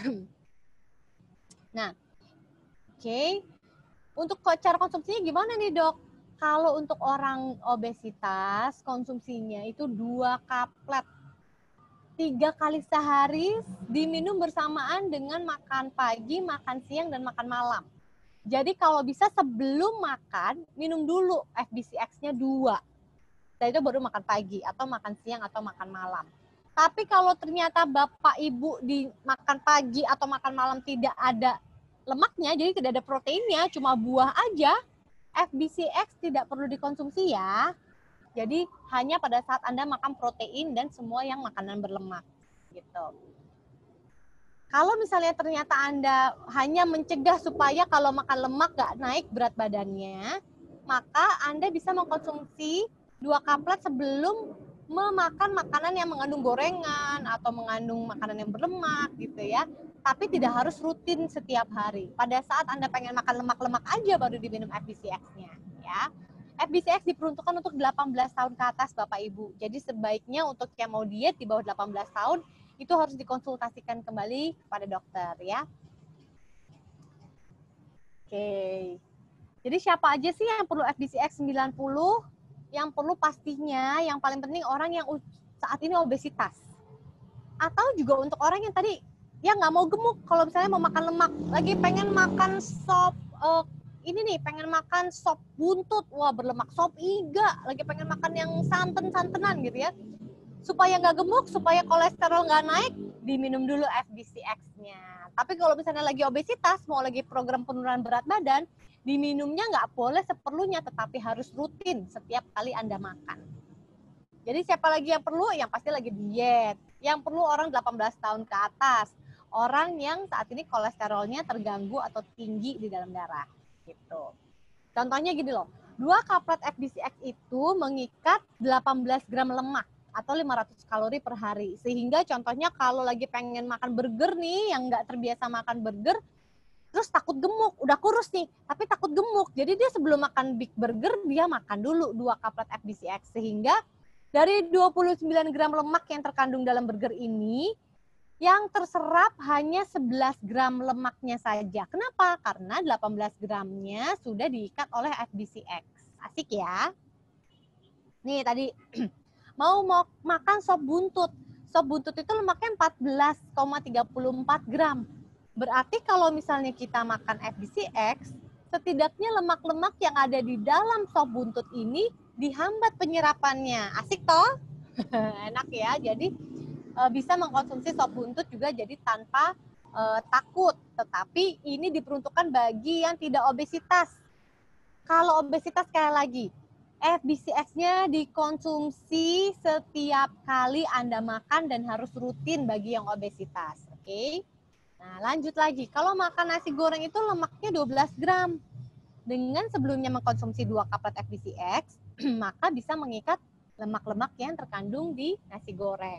Nah, oke. Okay. Untuk cara konsumsinya gimana nih dok? Kalau untuk orang obesitas, konsumsinya itu dua kaplet. Tiga kali sehari diminum bersamaan dengan makan pagi, makan siang, dan makan malam. Jadi kalau bisa sebelum makan, minum dulu F B C X-nya dua. Setelah itu baru makan pagi, atau makan siang, atau makan malam. Tapi kalau ternyata Bapak Ibu di makan pagi atau makan malam tidak ada lemaknya, jadi tidak ada proteinnya, cuma buah aja, F B C X tidak perlu dikonsumsi ya. Jadi hanya pada saat Anda makan protein dan semua yang makanan berlemak gitu. Kalau misalnya ternyata Anda hanya mencegah supaya kalau makan lemak nggak naik berat badannya, maka Anda bisa mengkonsumsi dua kaplet sebelum memakan makanan yang mengandung gorengan atau mengandung makanan yang berlemak gitu ya. Tapi tidak harus rutin setiap hari. Pada saat Anda pengen makan lemak-lemak aja baru diminum F B C X-nya ya. F B C X diperuntukkan untuk delapan belas tahun ke atas Bapak Ibu. Jadi sebaiknya untuk yang mau diet di bawah delapan belas tahun itu harus dikonsultasikan kembali kepada dokter ya. Oke. Jadi siapa aja sih yang perlu F B C X sembilan puluh? Yang perlu pastinya, yang paling penting orang yang saat ini obesitas. Atau juga untuk orang yang tadi, ya nggak mau gemuk, kalau misalnya mau makan lemak, lagi pengen makan sop uh, ini nih pengen makan sop buntut, wah berlemak, sop iga, lagi pengen makan yang santen-santenan gitu ya. Supaya nggak gemuk, supaya kolesterol nggak naik, diminum dulu F B C X-nya. Tapi kalau misalnya lagi obesitas, mau lagi program penurunan berat badan, diminumnya nggak boleh seperlunya, tetapi harus rutin setiap kali Anda makan. Jadi siapa lagi yang perlu? Yang pasti lagi diet. Yang perlu orang delapan belas tahun ke atas. Orang yang saat ini kolesterolnya terganggu atau tinggi di dalam darah. Gitu. Contohnya gini loh, dua kaplet F B C X itu mengikat delapan belas gram lemak atau lima ratus kalori per hari. Sehingga contohnya kalau lagi pengen makan burger nih, yang nggak terbiasa makan burger, terus takut gemuk, udah kurus nih, tapi takut gemuk. Jadi dia sebelum makan big burger, dia makan dulu dua kaplet F B C X. Sehingga dari dua puluh sembilan gram lemak yang terkandung dalam burger ini, yang terserap hanya sebelas gram lemaknya saja. Kenapa? Karena delapan belas gramnya sudah diikat oleh F B C X. Asik ya? Nih tadi, mau, mau makan sop buntut. Sop buntut itu lemaknya empat belas koma tiga empat gram. Berarti kalau misalnya kita makan F B C X, setidaknya lemak-lemak yang ada di dalam sop buntut ini dihambat penyerapannya. Asik toh? Enak ya. Jadi e, bisa mengkonsumsi sop buntut juga jadi tanpa e, takut. Tetapi ini diperuntukkan bagi yang tidak obesitas. Kalau obesitas sekali lagi, F B C X-nya dikonsumsi setiap kali Anda makan dan harus rutin bagi yang obesitas. Oke? Okay? Nah, lanjut lagi. Kalau makan nasi goreng itu lemaknya dua belas gram. Dengan sebelumnya mengkonsumsi dua kaplet F B C X, maka bisa mengikat lemak-lemak yang terkandung di nasi goreng.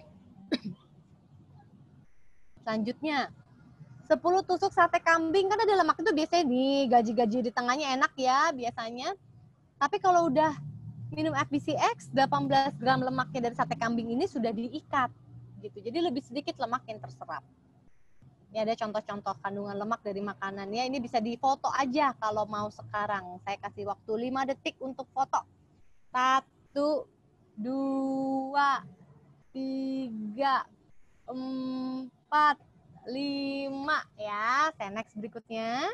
Selanjutnya, sepuluh tusuk sate kambing. Kan ada lemak itu biasanya nih, gaji-gaji di tengahnya enak ya biasanya. Tapi kalau udah minum F B C X, delapan belas gram lemaknya dari sate kambing ini sudah diikat. Gitu. Jadi lebih sedikit lemak yang terserap. Ini ada contoh-contoh kandungan lemak dari makanan ya. Ini bisa difoto aja kalau mau sekarang. Saya kasih waktu lima detik untuk foto. Satu, dua, tiga, empat, lima ya. Saya next berikutnya.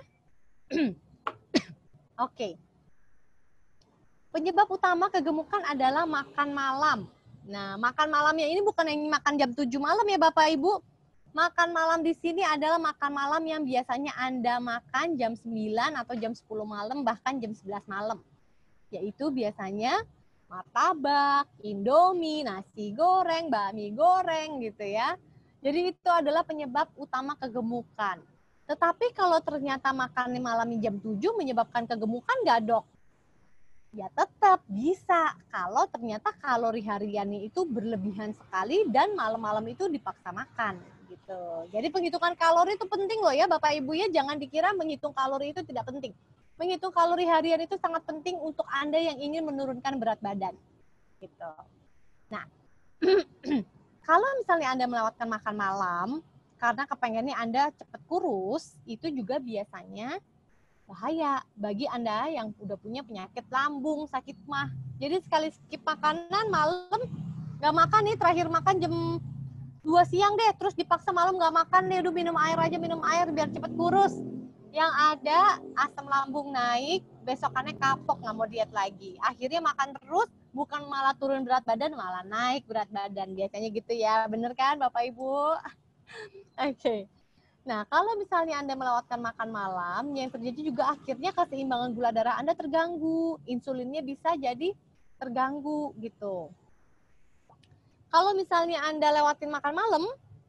Oke. Okay. Penyebab utama kegemukan adalah makan malam. Nah, makan malamnya ini bukan yang makan jam tujuh malam ya Bapak Ibu. Makan malam di sini adalah makan malam yang biasanya Anda makan jam sembilan atau jam sepuluh malam, bahkan jam sebelas malam. Yaitu biasanya martabak, indomie, nasi goreng, bakmi goreng gitu ya. Jadi itu adalah penyebab utama kegemukan. Tetapi kalau ternyata makan malam jam tujuh menyebabkan kegemukan nggak dok? Ya tetap bisa kalau ternyata kalori hariannya itu berlebihan sekali dan malam-malam itu dipaksa makan gitu. Jadi penghitungan kalori itu penting loh ya Bapak Ibu ya, jangan dikira menghitung kalori itu tidak penting. Menghitung kalori harian itu sangat penting untuk Anda yang ingin menurunkan berat badan. Gitu. Nah, kalau misalnya Anda melewatkan makan malam karena kepengennya Anda cepat kurus, itu juga biasanya bahaya bagi Anda yang udah punya penyakit lambung, sakit mah. Jadi sekali skip makanan malam, nggak makan nih, terakhir makan jam dua siang deh, terus dipaksa malam nggak makan deh, udah minum air aja, minum air biar cepet kurus. Yang ada asam lambung naik, besokannya kapok, nggak mau diet lagi. Akhirnya makan terus, bukan malah turun berat badan, malah naik berat badan. Biasanya gitu ya, bener kan Bapak Ibu? Oke. Okay. Nah, kalau misalnya Anda melewatkan makan malam, yang terjadi juga akhirnya keseimbangan gula darah Anda terganggu. Insulinnya bisa jadi terganggu gitu. Kalau misalnya Anda lewatin makan malam,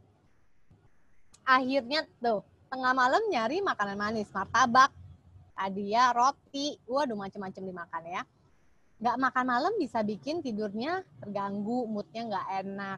akhirnya tuh, tengah malam nyari makanan manis, martabak, tadi ya, roti, waduh macam-macam dimakan ya. Nggak makan malam bisa bikin tidurnya terganggu, moodnya nggak enak.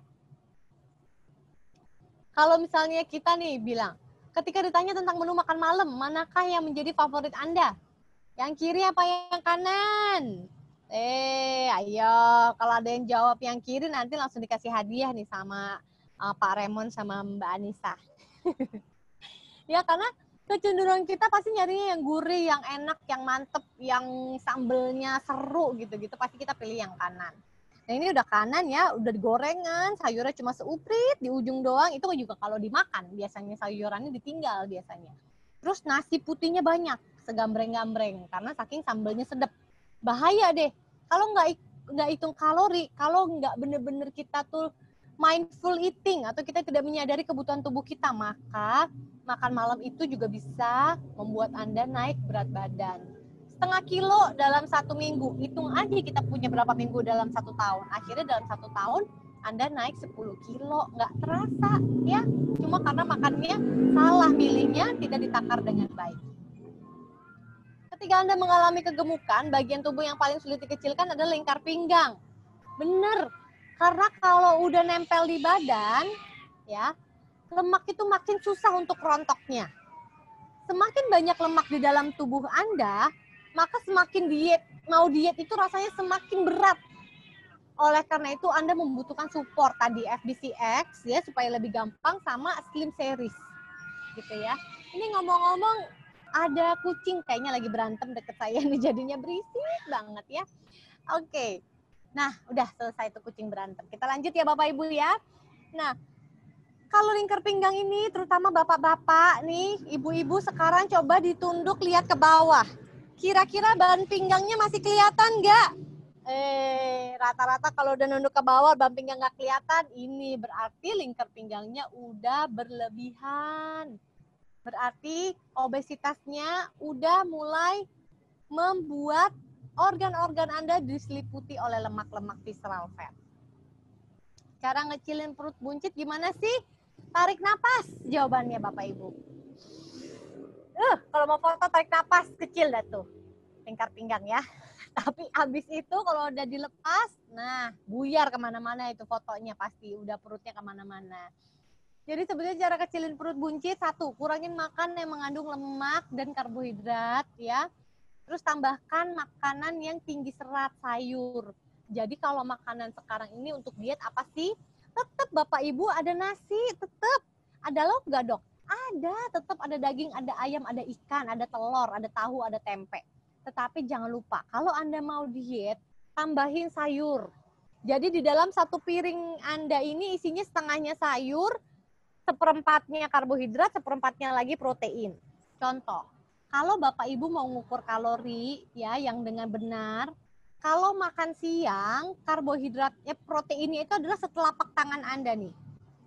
Kalau misalnya kita nih bilang, ketika ditanya tentang menu makan malam, manakah yang menjadi favorit Anda? Yang kiri apa yang kanan? Eh, ayo. Kalau ada yang jawab yang kiri, nanti langsung dikasih hadiah nih sama uh, Pak Raymond sama Mbak Anissa. Ya, karena kecenderungan kita pasti nyarinya yang gurih, yang enak, yang mantep, yang sambelnya seru gitu-gitu. Pasti kita pilih yang kanan. Nah ini udah kanan ya, udah gorengan, sayurnya cuma seuprit di ujung doang. Itu juga kalau dimakan, biasanya sayurannya ditinggal biasanya. Terus nasi putihnya banyak, segambreng-gambreng karena saking sambalnya sedap. Bahaya deh kalau nggak nggak hitung kalori, kalau nggak bener-bener kita tuh mindful eating atau kita tidak menyadari kebutuhan tubuh kita, maka makan malam itu juga bisa membuat Anda naik berat badan. Setengah kilo dalam satu minggu, hitung aja kita punya berapa minggu dalam satu tahun. Akhirnya dalam satu tahun Anda naik sepuluh kilo, nggak terasa ya. Cuma karena makannya salah, milihnya tidak ditakar dengan baik. Ketika Anda mengalami kegemukan, bagian tubuh yang paling sulit dikecilkan adalah lingkar pinggang. Bener, karena kalau udah nempel di badan, ya lemak itu makin susah untuk rontoknya. Semakin banyak lemak di dalam tubuh Anda, maka semakin diet, mau diet itu rasanya semakin berat. Oleh karena itu Anda membutuhkan support tadi F B C X ya supaya lebih gampang sama Slim Series gitu ya. Ini ngomong-ngomong ada kucing kayaknya lagi berantem deket saya nih, jadinya berisik banget ya. Oke. Nah, udah selesai tuh kucing berantem. Kita lanjut ya Bapak Ibu ya. Nah, kalau lingkar pinggang ini terutama bapak-bapak nih, ibu-ibu sekarang coba ditunduk lihat ke bawah. Kira-kira ban pinggangnya masih kelihatan nggak? Eh, rata-rata kalau udah nunduk ke bawah, ban pinggang nggak kelihatan, ini berarti lingkar pinggangnya udah berlebihan. Berarti obesitasnya udah mulai membuat organ-organ Anda diseliputi oleh lemak-lemak visceral fat. Cara ngecilin perut buncit gimana sih? Tarik napas, jawabannya Bapak Ibu. Uh, kalau mau foto tarik napas, kecil dah tuh. Lingkar pinggang ya. Tapi abis itu kalau udah dilepas, nah buyar kemana-mana itu fotonya pasti. Udah perutnya kemana-mana. Jadi sebenarnya cara kecilin perut buncit, satu, kurangin makan yang mengandung lemak dan karbohidrat ya. Terus tambahkan makanan yang tinggi serat, sayur. Jadi kalau makanan sekarang ini untuk diet apa sih? Tetap Bapak Ibu ada nasi, tetap. Ada lauk nggak dok? Ada, tetap ada daging, ada ayam, ada ikan, ada telur, ada tahu, ada tempe. Tetapi jangan lupa, kalau Anda mau diet, tambahin sayur. Jadi di dalam satu piring Anda ini isinya setengahnya sayur, seperempatnya karbohidrat, seperempatnya lagi protein. Contoh, kalau Bapak Ibu mau ngukur kalori ya yang dengan benar, kalau makan siang, karbohidratnya, proteinnya itu adalah setelapak tangan Anda nih.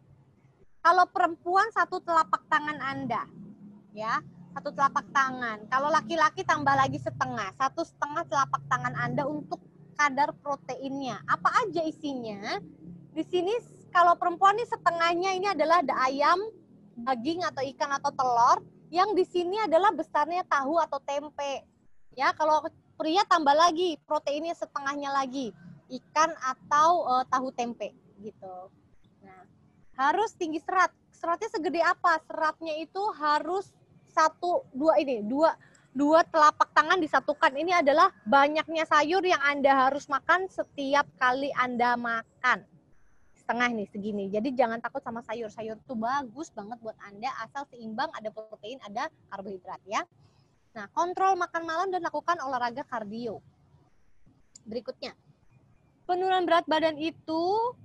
Kalau perempuan, satu telapak tangan Anda. Ya, satu telapak tangan. Kalau laki-laki tambah lagi setengah. Satu setengah telapak tangan Anda untuk kadar proteinnya. Apa aja isinya? Di sini kalau perempuan ini setengahnya ini adalah ada ayam, daging atau ikan atau telur. Yang di sini adalah besarnya tahu atau tempe. Ya, kalau pria tambah lagi, proteinnya setengahnya lagi. Ikan atau uh, tahu tempe gitu. Nah, harus tinggi serat. Seratnya segede apa? Seratnya itu harus satu, dua ini, dua, dua telapak tangan disatukan. Ini adalah banyaknya sayur yang Anda harus makan setiap kali Anda makan. Setengah nih, segini. Jadi jangan takut sama sayur. Sayur itu bagus banget buat Anda, asal seimbang, ada protein, ada karbohidrat ya. Nah, kontrol makan malam dan lakukan olahraga kardio. Berikutnya, penurunan berat badan itu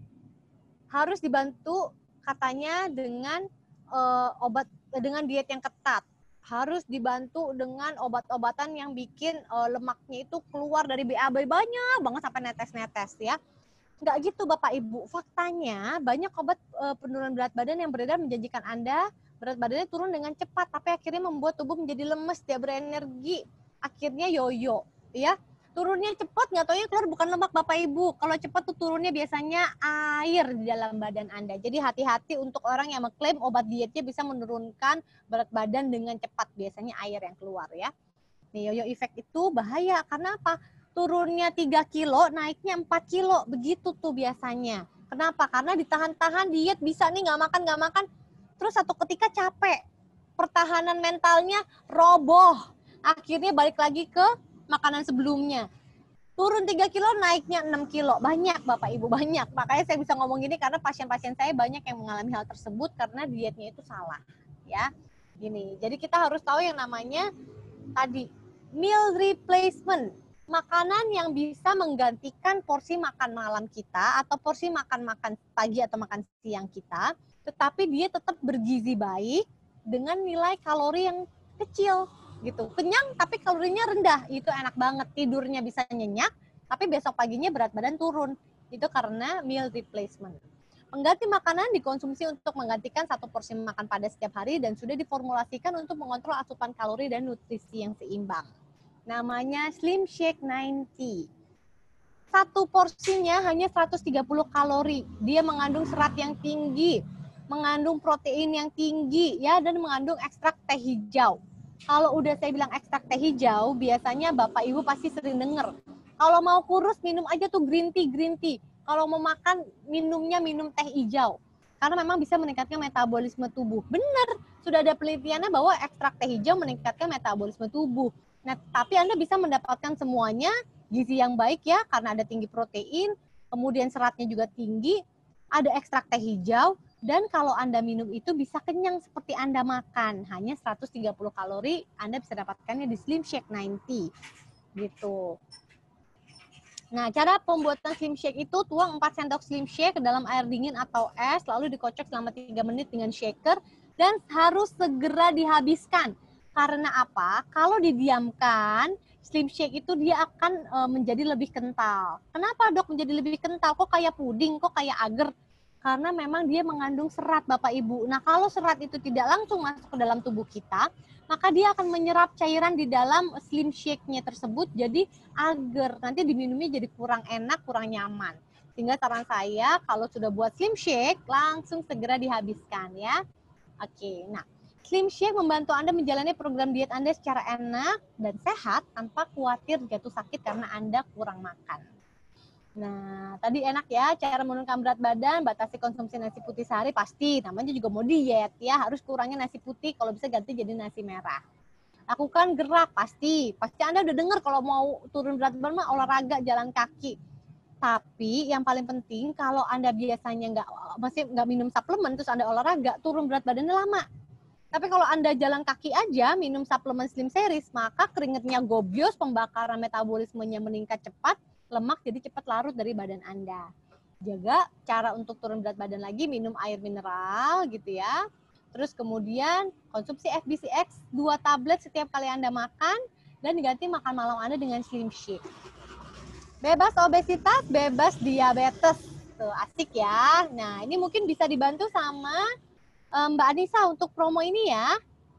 harus dibantu katanya dengan uh, obat, dengan diet yang ketat. Harus dibantu dengan obat-obatan yang bikin uh, lemaknya itu keluar dari B A B banyak banget sampai netes-netes ya. Nggak gitu Bapak Ibu, faktanya banyak obat uh, penurunan berat badan yang beredar menjanjikan Anda berat badannya turun dengan cepat, tapi akhirnya membuat tubuh menjadi lemes, tidak berenergi, akhirnya yoyo, ya. Turunnya cepat, nggak taunya keluar bukan lemak Bapak Ibu. Kalau cepat tuh turunnya biasanya air di dalam badan Anda. Jadi hati-hati untuk orang yang mengklaim obat dietnya bisa menurunkan berat badan dengan cepat, biasanya air yang keluar ya. Nih, yoyo effect itu bahaya, karena apa? Turunnya tiga kilo, naiknya empat kilo, begitu tuh biasanya. Kenapa? Karena ditahan-tahan diet bisa nih nggak makan, nggak makan, terus satu ketika capek, pertahanan mentalnya roboh, akhirnya balik lagi ke makanan sebelumnya. Turun tiga kilo, naiknya enam kilo. Banyak Bapak Ibu, banyak. Makanya saya bisa ngomong gini karena pasien-pasien saya banyak yang mengalami hal tersebut karena dietnya itu salah. Ya, gini. Jadi kita harus tahu yang namanya tadi, meal replacement. Makanan yang bisa menggantikan porsi makan malam kita atau porsi makan-makan pagi atau makan siang kita, tetapi dia tetap bergizi baik dengan nilai kalori yang kecil gitu. Kenyang tapi kalorinya rendah, itu enak banget. Tidurnya bisa nyenyak, tapi besok paginya berat badan turun. Itu karena meal replacement. Pengganti makanan dikonsumsi untuk menggantikan satu porsi makan pada setiap hari dan sudah diformulasikan untuk mengontrol asupan kalori dan nutrisi yang seimbang. Namanya Slim Shake sembilan puluh. Satu porsinya hanya seratus tiga puluh kalori. Dia mengandung serat yang tinggi, mengandung protein yang tinggi, ya, dan mengandung ekstrak teh hijau. Kalau udah saya bilang ekstrak teh hijau, biasanya Bapak Ibu pasti sering dengar. Kalau mau kurus, minum aja tuh green tea, green tea. Kalau mau makan, minumnya minum teh hijau. Karena memang bisa meningkatkan metabolisme tubuh. Benar, sudah ada penelitiannya bahwa ekstrak teh hijau meningkatkan metabolisme tubuh. Nah, tapi Anda bisa mendapatkan semuanya, gizi yang baik ya, karena ada tinggi protein, kemudian seratnya juga tinggi, ada ekstrak teh hijau, dan kalau Anda minum itu bisa kenyang seperti Anda makan. Hanya seratus tiga puluh kalori, Anda bisa dapatkannya di Slim Shake sembilan puluh. Gitu. Nah, cara pembuatan Slim Shake itu, tuang empat sendok Slim Shake ke dalam air dingin atau es, lalu dikocok selama tiga menit dengan shaker, dan harus segera dihabiskan. Karena apa? Kalau didiamkan, Slim Shake itu dia akan e, menjadi lebih kental. Kenapa dok menjadi lebih kental? Kok kayak puding, kok kayak agar? Karena memang dia mengandung serat Bapak Ibu. Nah, kalau serat itu tidak langsung masuk ke dalam tubuh kita, maka dia akan menyerap cairan di dalam Slim Shake-nya tersebut jadi agar. Nanti diminumnya jadi kurang enak, kurang nyaman. Sehingga saran saya kalau sudah buat Slim Shake, langsung segera dihabiskan ya. Oke, nah Slim Shake membantu Anda menjalani program diet Anda secara enak dan sehat tanpa khawatir jatuh sakit karena Anda kurang makan. Nah, tadi enak ya, cara menurunkan berat badan, batasi konsumsi nasi putih sehari pasti, namanya juga mau diet ya, harus kurangin nasi putih, kalau bisa ganti jadi nasi merah. Lakukan gerak pasti, pasti Anda udah dengar kalau mau turun berat badan mah olahraga, jalan kaki. Tapi yang paling penting kalau Anda biasanya nggak masih nggak minum suplemen terus Anda olahraga, turun berat badannya lama. Tapi kalau Anda jalan kaki aja, minum suplemen Slim Series, maka keringatnya gobios, pembakaran metabolismenya meningkat cepat, lemak jadi cepat larut dari badan Anda. Jaga cara untuk turun berat badan lagi, minum air mineral gitu ya. Terus kemudian konsumsi F B C X dua tablet setiap kali Anda makan, dan diganti makan malam Anda dengan Slim Shake. Bebas obesitas, bebas diabetes. Tuh, asik ya. Nah, ini mungkin bisa dibantu sama um, Mbak Anissa untuk promo ini ya.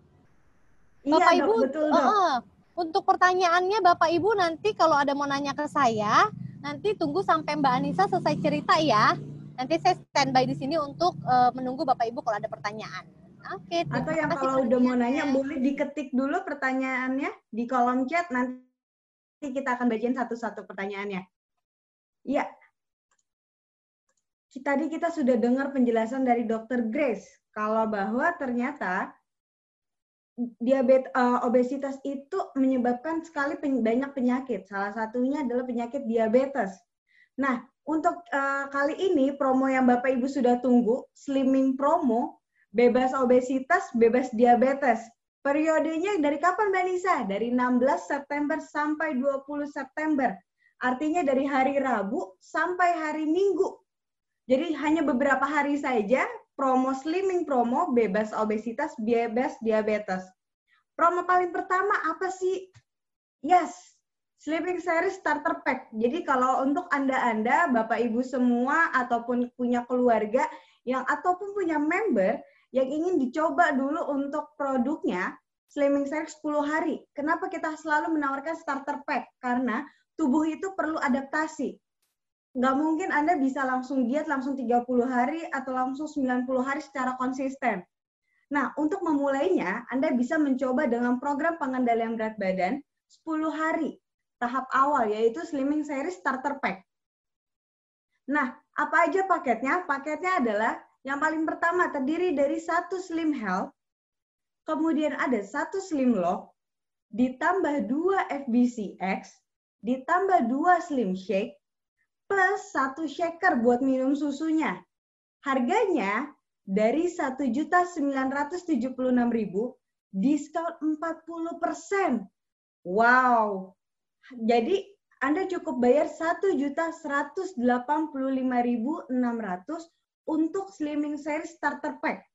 Bapak iya, Ibu, dok, betul, dok. Uh, untuk pertanyaannya Bapak Ibu nanti kalau ada mau nanya ke saya, nanti tunggu sampai Mbak Anissa selesai cerita ya. Nanti saya standby di sini untuk uh, menunggu Bapak Ibu kalau ada pertanyaan. Oke. Atau yang kalau udah mau nanya boleh diketik dulu pertanyaannya di kolom chat, nanti kita akan bacain satu-satu pertanyaannya. Iya. Tadi kita sudah dengar penjelasan dari dokter Grace kalau bahwa ternyata diabetes, uh, obesitas itu menyebabkan sekali pen, banyak penyakit. Salah satunya adalah penyakit diabetes. Nah, untuk uh, kali ini promo yang Bapak Ibu sudah tunggu, slimming promo, bebas obesitas, bebas diabetes. Periodenya dari kapan Mbak Nisa? Dari enam belas September sampai dua puluh September. Artinya dari hari Rabu sampai hari Minggu. Jadi hanya beberapa hari saja promo slimming promo, bebas obesitas, bebas diabetes. Promo paling pertama apa sih? Yes, Slimming Series Starter Pack. Jadi kalau untuk Anda-Anda, Bapak Ibu semua, ataupun punya keluarga, yang ataupun punya member, yang ingin dicoba dulu untuk produknya, Slimming Series sepuluh hari. Kenapa kita selalu menawarkan Starter Pack? Karena tubuh itu perlu adaptasi. Nggak mungkin Anda bisa langsung diet langsung tiga puluh hari atau langsung sembilan puluh hari secara konsisten. Nah, untuk memulainya, Anda bisa mencoba dengan program pengendalian berat badan sepuluh hari. Tahap awal, yaitu Slimming Series Starter Pack. Nah, apa aja paketnya? Paketnya adalah, yang paling pertama terdiri dari satu Slim Health, kemudian ada satu Slim Lock, ditambah dua F B C X, ditambah dua Slim Shake, plus satu shaker buat minum susunya. Harganya dari satu juta sembilan ratus tujuh puluh enam ribu, diskon empat puluh persen. Wow. Jadi Anda cukup bayar satu juta seratus delapan puluh lima ribu enam ratus untuk Slimming Series Starter Pack.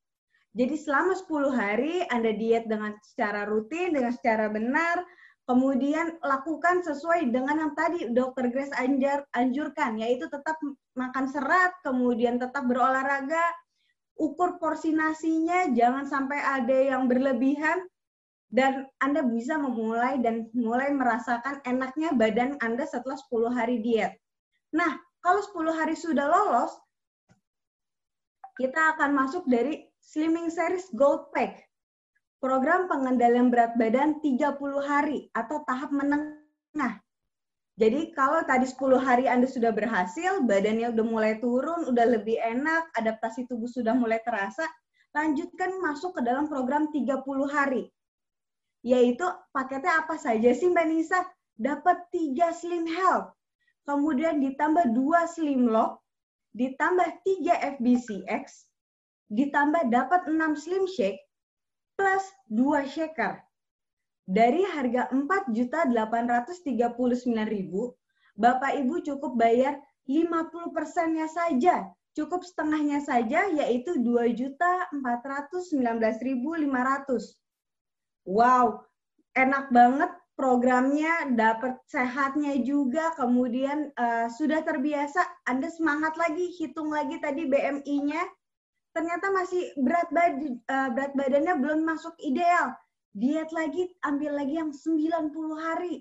Jadi selama sepuluh hari Anda diet dengan secara rutin, dengan secara benar, kemudian lakukan sesuai dengan yang tadi dokter Grace anjur, anjurkan, yaitu tetap makan serat, kemudian tetap berolahraga, ukur porsi nasinya, jangan sampai ada yang berlebihan, dan Anda bisa memulai dan mulai merasakan enaknya badan Anda setelah sepuluh hari diet. Nah, kalau sepuluh hari sudah lolos, kita akan masuk dari Slimming Series Gold Pack, program pengendalian berat badan tiga puluh hari atau tahap menengah. Jadi kalau tadi sepuluh hari Anda sudah berhasil, badannya udah mulai turun, udah lebih enak, adaptasi tubuh sudah mulai terasa, lanjutkan masuk ke dalam program tiga puluh hari. Yaitu paketnya apa saja sih Mbak Nisa? Dapat tiga Slim Health, kemudian ditambah dua Slim Lock, ditambah tiga F B C X, ditambah dapat enam Slim Shake, plus dua shaker. Dari harga empat juta delapan ratus tiga puluh sembilan ribu, Bapak Ibu cukup bayar lima puluh persennya saja, cukup setengahnya saja, yaitu dua juta empat ratus sembilan belas ribu lima ratus. Wow, enak banget programnya, dapat sehatnya juga, kemudian uh, sudah terbiasa, Anda semangat lagi, hitung lagi tadi B M I-nya, ternyata masih berat, bad, uh, berat badannya belum masuk ideal. Diet lagi, ambil lagi yang sembilan puluh hari.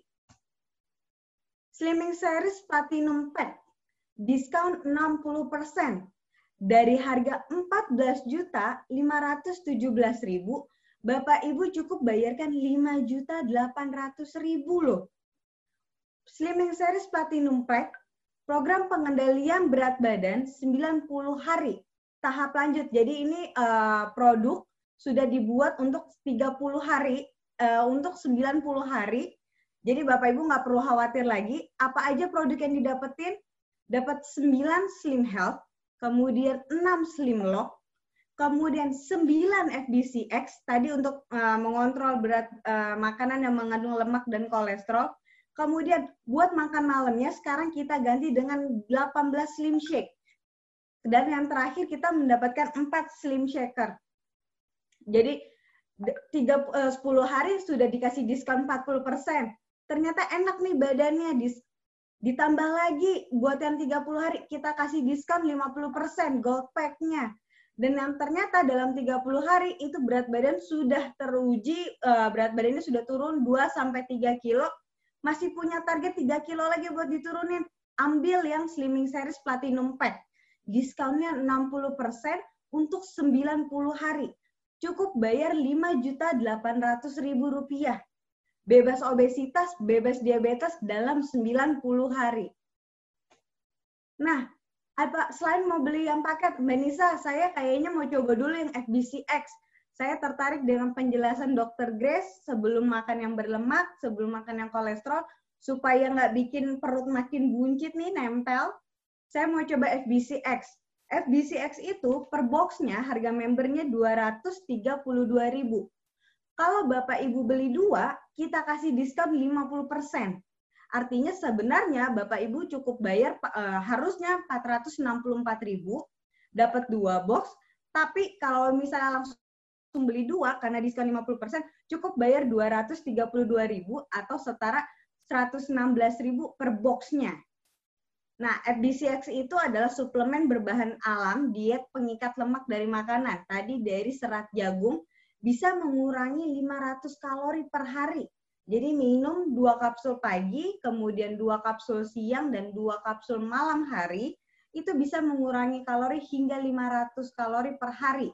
Slimming Series Platinum Pack, diskon enam puluh persen. Dari harga empat belas juta lima ratus tujuh belas ribu, Bapak Ibu cukup bayarkan lima juta delapan ratus ribu loh. Slimming Series Platinum Pack, program pengendalian berat badan sembilan puluh hari. Tahap lanjut, jadi ini uh, produk sudah dibuat untuk tiga puluh hari, uh, untuk sembilan puluh hari. Jadi Bapak Ibu nggak perlu khawatir lagi, apa aja produk yang didapetin, dapat sembilan Slim Health, kemudian enam Slim Lock, kemudian sembilan F B C X, tadi untuk uh, mengontrol berat uh, makanan yang mengandung lemak dan kolesterol. Kemudian buat makan malamnya, sekarang kita ganti dengan delapan belas Slim Shake. Dan yang terakhir kita mendapatkan empat Slim Shaker. Jadi tiga, sepuluh hari sudah dikasih diskon empat puluh persen. Ternyata enak nih badannya. Ditambah lagi buat yang tiga puluh hari kita kasih diskon lima puluh persen Gold Pack-nya. Dan yang ternyata dalam tiga puluh hari itu berat badan sudah teruji, berat badannya sudah turun dua sampai tiga kilo. Masih punya target tiga kilo lagi buat diturunin. Ambil yang Slimming Series Platinum Pack. Diskonnya enam puluh persen untuk sembilan puluh hari. Cukup bayar lima juta delapan ratus ribu rupiah. Bebas obesitas, bebas diabetes dalam sembilan puluh hari. Nah, apa selain mau beli yang paket, Mbak Nisa, saya kayaknya mau coba dulu yang F B C X. Saya tertarik dengan penjelasan dokter Grace sebelum makan yang berlemak, sebelum makan yang kolesterol, supaya nggak bikin perut makin buncit nih, nempel. Saya mau coba F B C X. F B C X itu per boxnya harga membernya dua ratus tiga puluh dua ribu. Kalau Bapak Ibu beli dua, kita kasih diskon lima puluh persen. Artinya sebenarnya Bapak Ibu cukup bayar uh, harusnya empat ratus enam puluh empat ribu, dapat dua box, tapi kalau misalnya langsung beli dua karena diskon lima puluh persen, cukup bayar dua ratus tiga puluh dua ribu atau setara seratus enam belas ribu per boxnya. Nah, F B C X itu adalah suplemen berbahan alam diet pengikat lemak dari makanan. Tadi dari serat jagung bisa mengurangi lima ratus kalori per hari. Jadi minum dua kapsul pagi, kemudian dua kapsul siang, dan dua kapsul malam hari, itu bisa mengurangi kalori hingga lima ratus kalori per hari.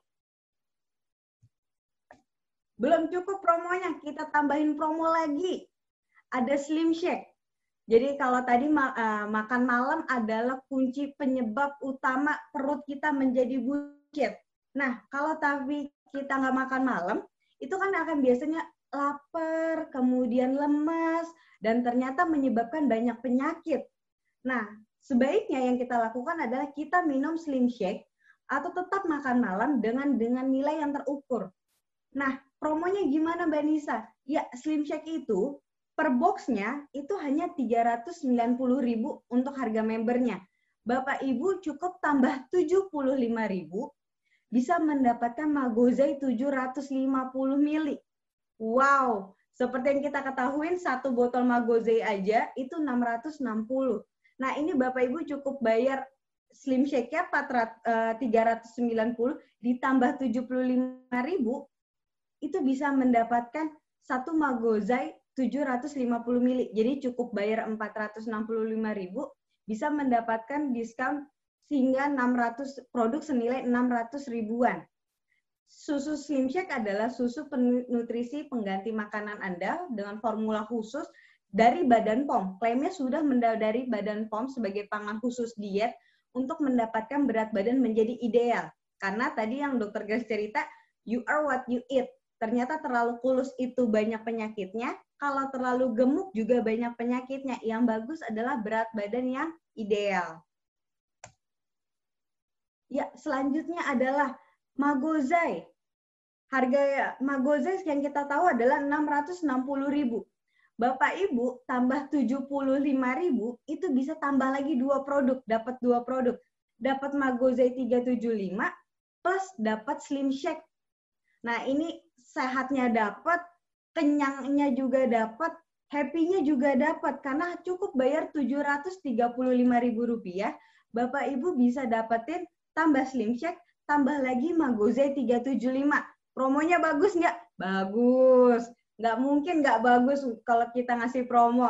Belum cukup promonya, kita tambahin promo lagi. Ada Slim Shake. Jadi kalau tadi uh, makan malam adalah kunci penyebab utama perut kita menjadi buncit. Nah, kalau tapi kita nggak makan malam, itu kan akan biasanya lapar, kemudian lemas, dan ternyata menyebabkan banyak penyakit. Nah, sebaiknya yang kita lakukan adalah kita minum Slim Shake atau tetap makan malam dengan dengan nilai yang terukur. Nah, promonya gimana Mbak Nisa? Ya, Slim Shake itu per boxnya itu hanya tiga ratus sembilan puluh ribu untuk harga membernya. Bapak Ibu cukup tambah tujuh puluh lima ribu, bisa mendapatkan Magozai tujuh ratus lima puluh mili. Wow, seperti yang kita ketahui, satu botol Magozai aja itu enam ratus enam puluh. Nah, ini Bapak Ibu cukup bayar Slim Shake-nya tiga ratus sembilan puluh ditambah tujuh puluh lima ribu, itu bisa mendapatkan satu Magozai tujuh ratus lima puluh mili. Jadi cukup bayar empat ratus enam puluh lima ribu, bisa mendapatkan diskon sehingga enam ratus produk senilai enam ratus ribuan. Susu Slim Shake adalah susu nutrisi pengganti makanan Anda dengan formula khusus dari Badan P O M. Klaimnya sudah dari Badan P O M sebagai pangan khusus diet untuk mendapatkan berat badan menjadi ideal. Karena tadi yang dokter Grace cerita, you are what you eat. Ternyata terlalu kurus itu banyak penyakitnya, kalau terlalu gemuk juga banyak penyakitnya. Yang bagus adalah berat badan yang ideal. Ya, selanjutnya adalah Magozai. Harga Magozai yang kita tahu adalah enam ratus enam puluh ribu. Bapak Ibu tambah tujuh puluh lima ribu, itu bisa tambah lagi dua produk, dapat dua produk. Dapat Magozai tiga tujuh lima plus dapat Slim Shake. Nah, ini sehatnya dapat, kenyangnya juga dapat, happy-nya juga dapat, karena cukup bayar tujuh ratus tiga puluh lima ribu rupiah, Bapak Ibu bisa dapetin tambah Slim Shake, tambah lagi Magozai tiga tujuh lima. Promonya bagus nggak? Bagus. Nggak mungkin nggak bagus kalau kita ngasih promo.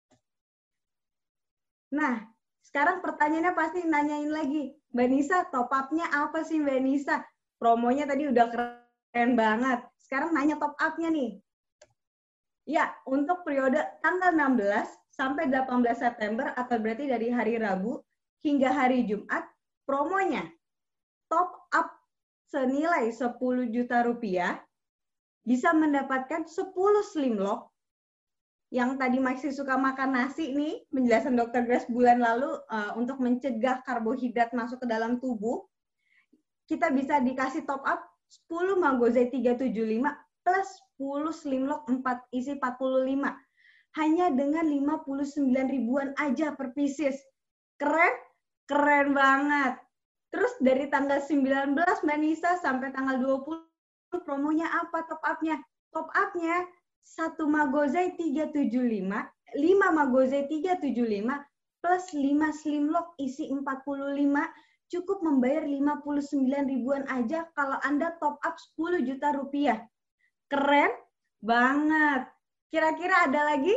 Nah, sekarang pertanyaannya pasti nanyain lagi, Mbak Nisa, top up-nya apa sih Mbak Nisa? Promonya tadi udah keren banget. Sekarang nanya top up-nya nih. Ya, untuk periode tanggal enam belas sampai delapan belas September, atau berarti dari hari Rabu hingga hari Jumat, promonya top up senilai sepuluh juta rupiah, bisa mendapatkan sepuluh Slim Lock. Yang tadi masih suka makan nasi nih, penjelasan dokter Grace bulan lalu, uh, untuk mencegah karbohidrat masuk ke dalam tubuh, kita bisa dikasih top up sepuluh Magozai tiga tujuh lima plus sepuluh Slim Lock empat, isi empat puluh lima. Hanya dengan lima puluh sembilan ribuan aja per pieces. Keren? Keren banget. Terus dari tanggal sembilan belas Mbak Nisa sampai tanggal dua puluh, promonya apa top up-nya? Top up-nya satu Magozai tiga tujuh lima, lima Magozai tiga tujuh lima plus lima Slim Lock isi empat puluh lima, cukup membayar lima puluh sembilan ribuan aja kalau Anda top up sepuluh juta rupiah. Keren banget. Kira-kira ada lagi?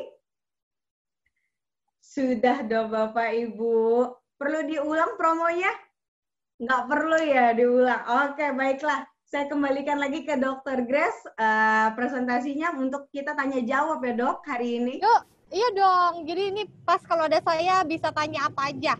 Sudah dong Bapak Ibu. Perlu diulang promonya? Nggak perlu ya diulang. Oke, baiklah. Saya kembalikan lagi ke dokter Grace uh, presentasinya untuk kita tanya jawab ya dok hari ini. Yuk, iya dong. Jadi ini pas kalau ada saya bisa tanya apa aja.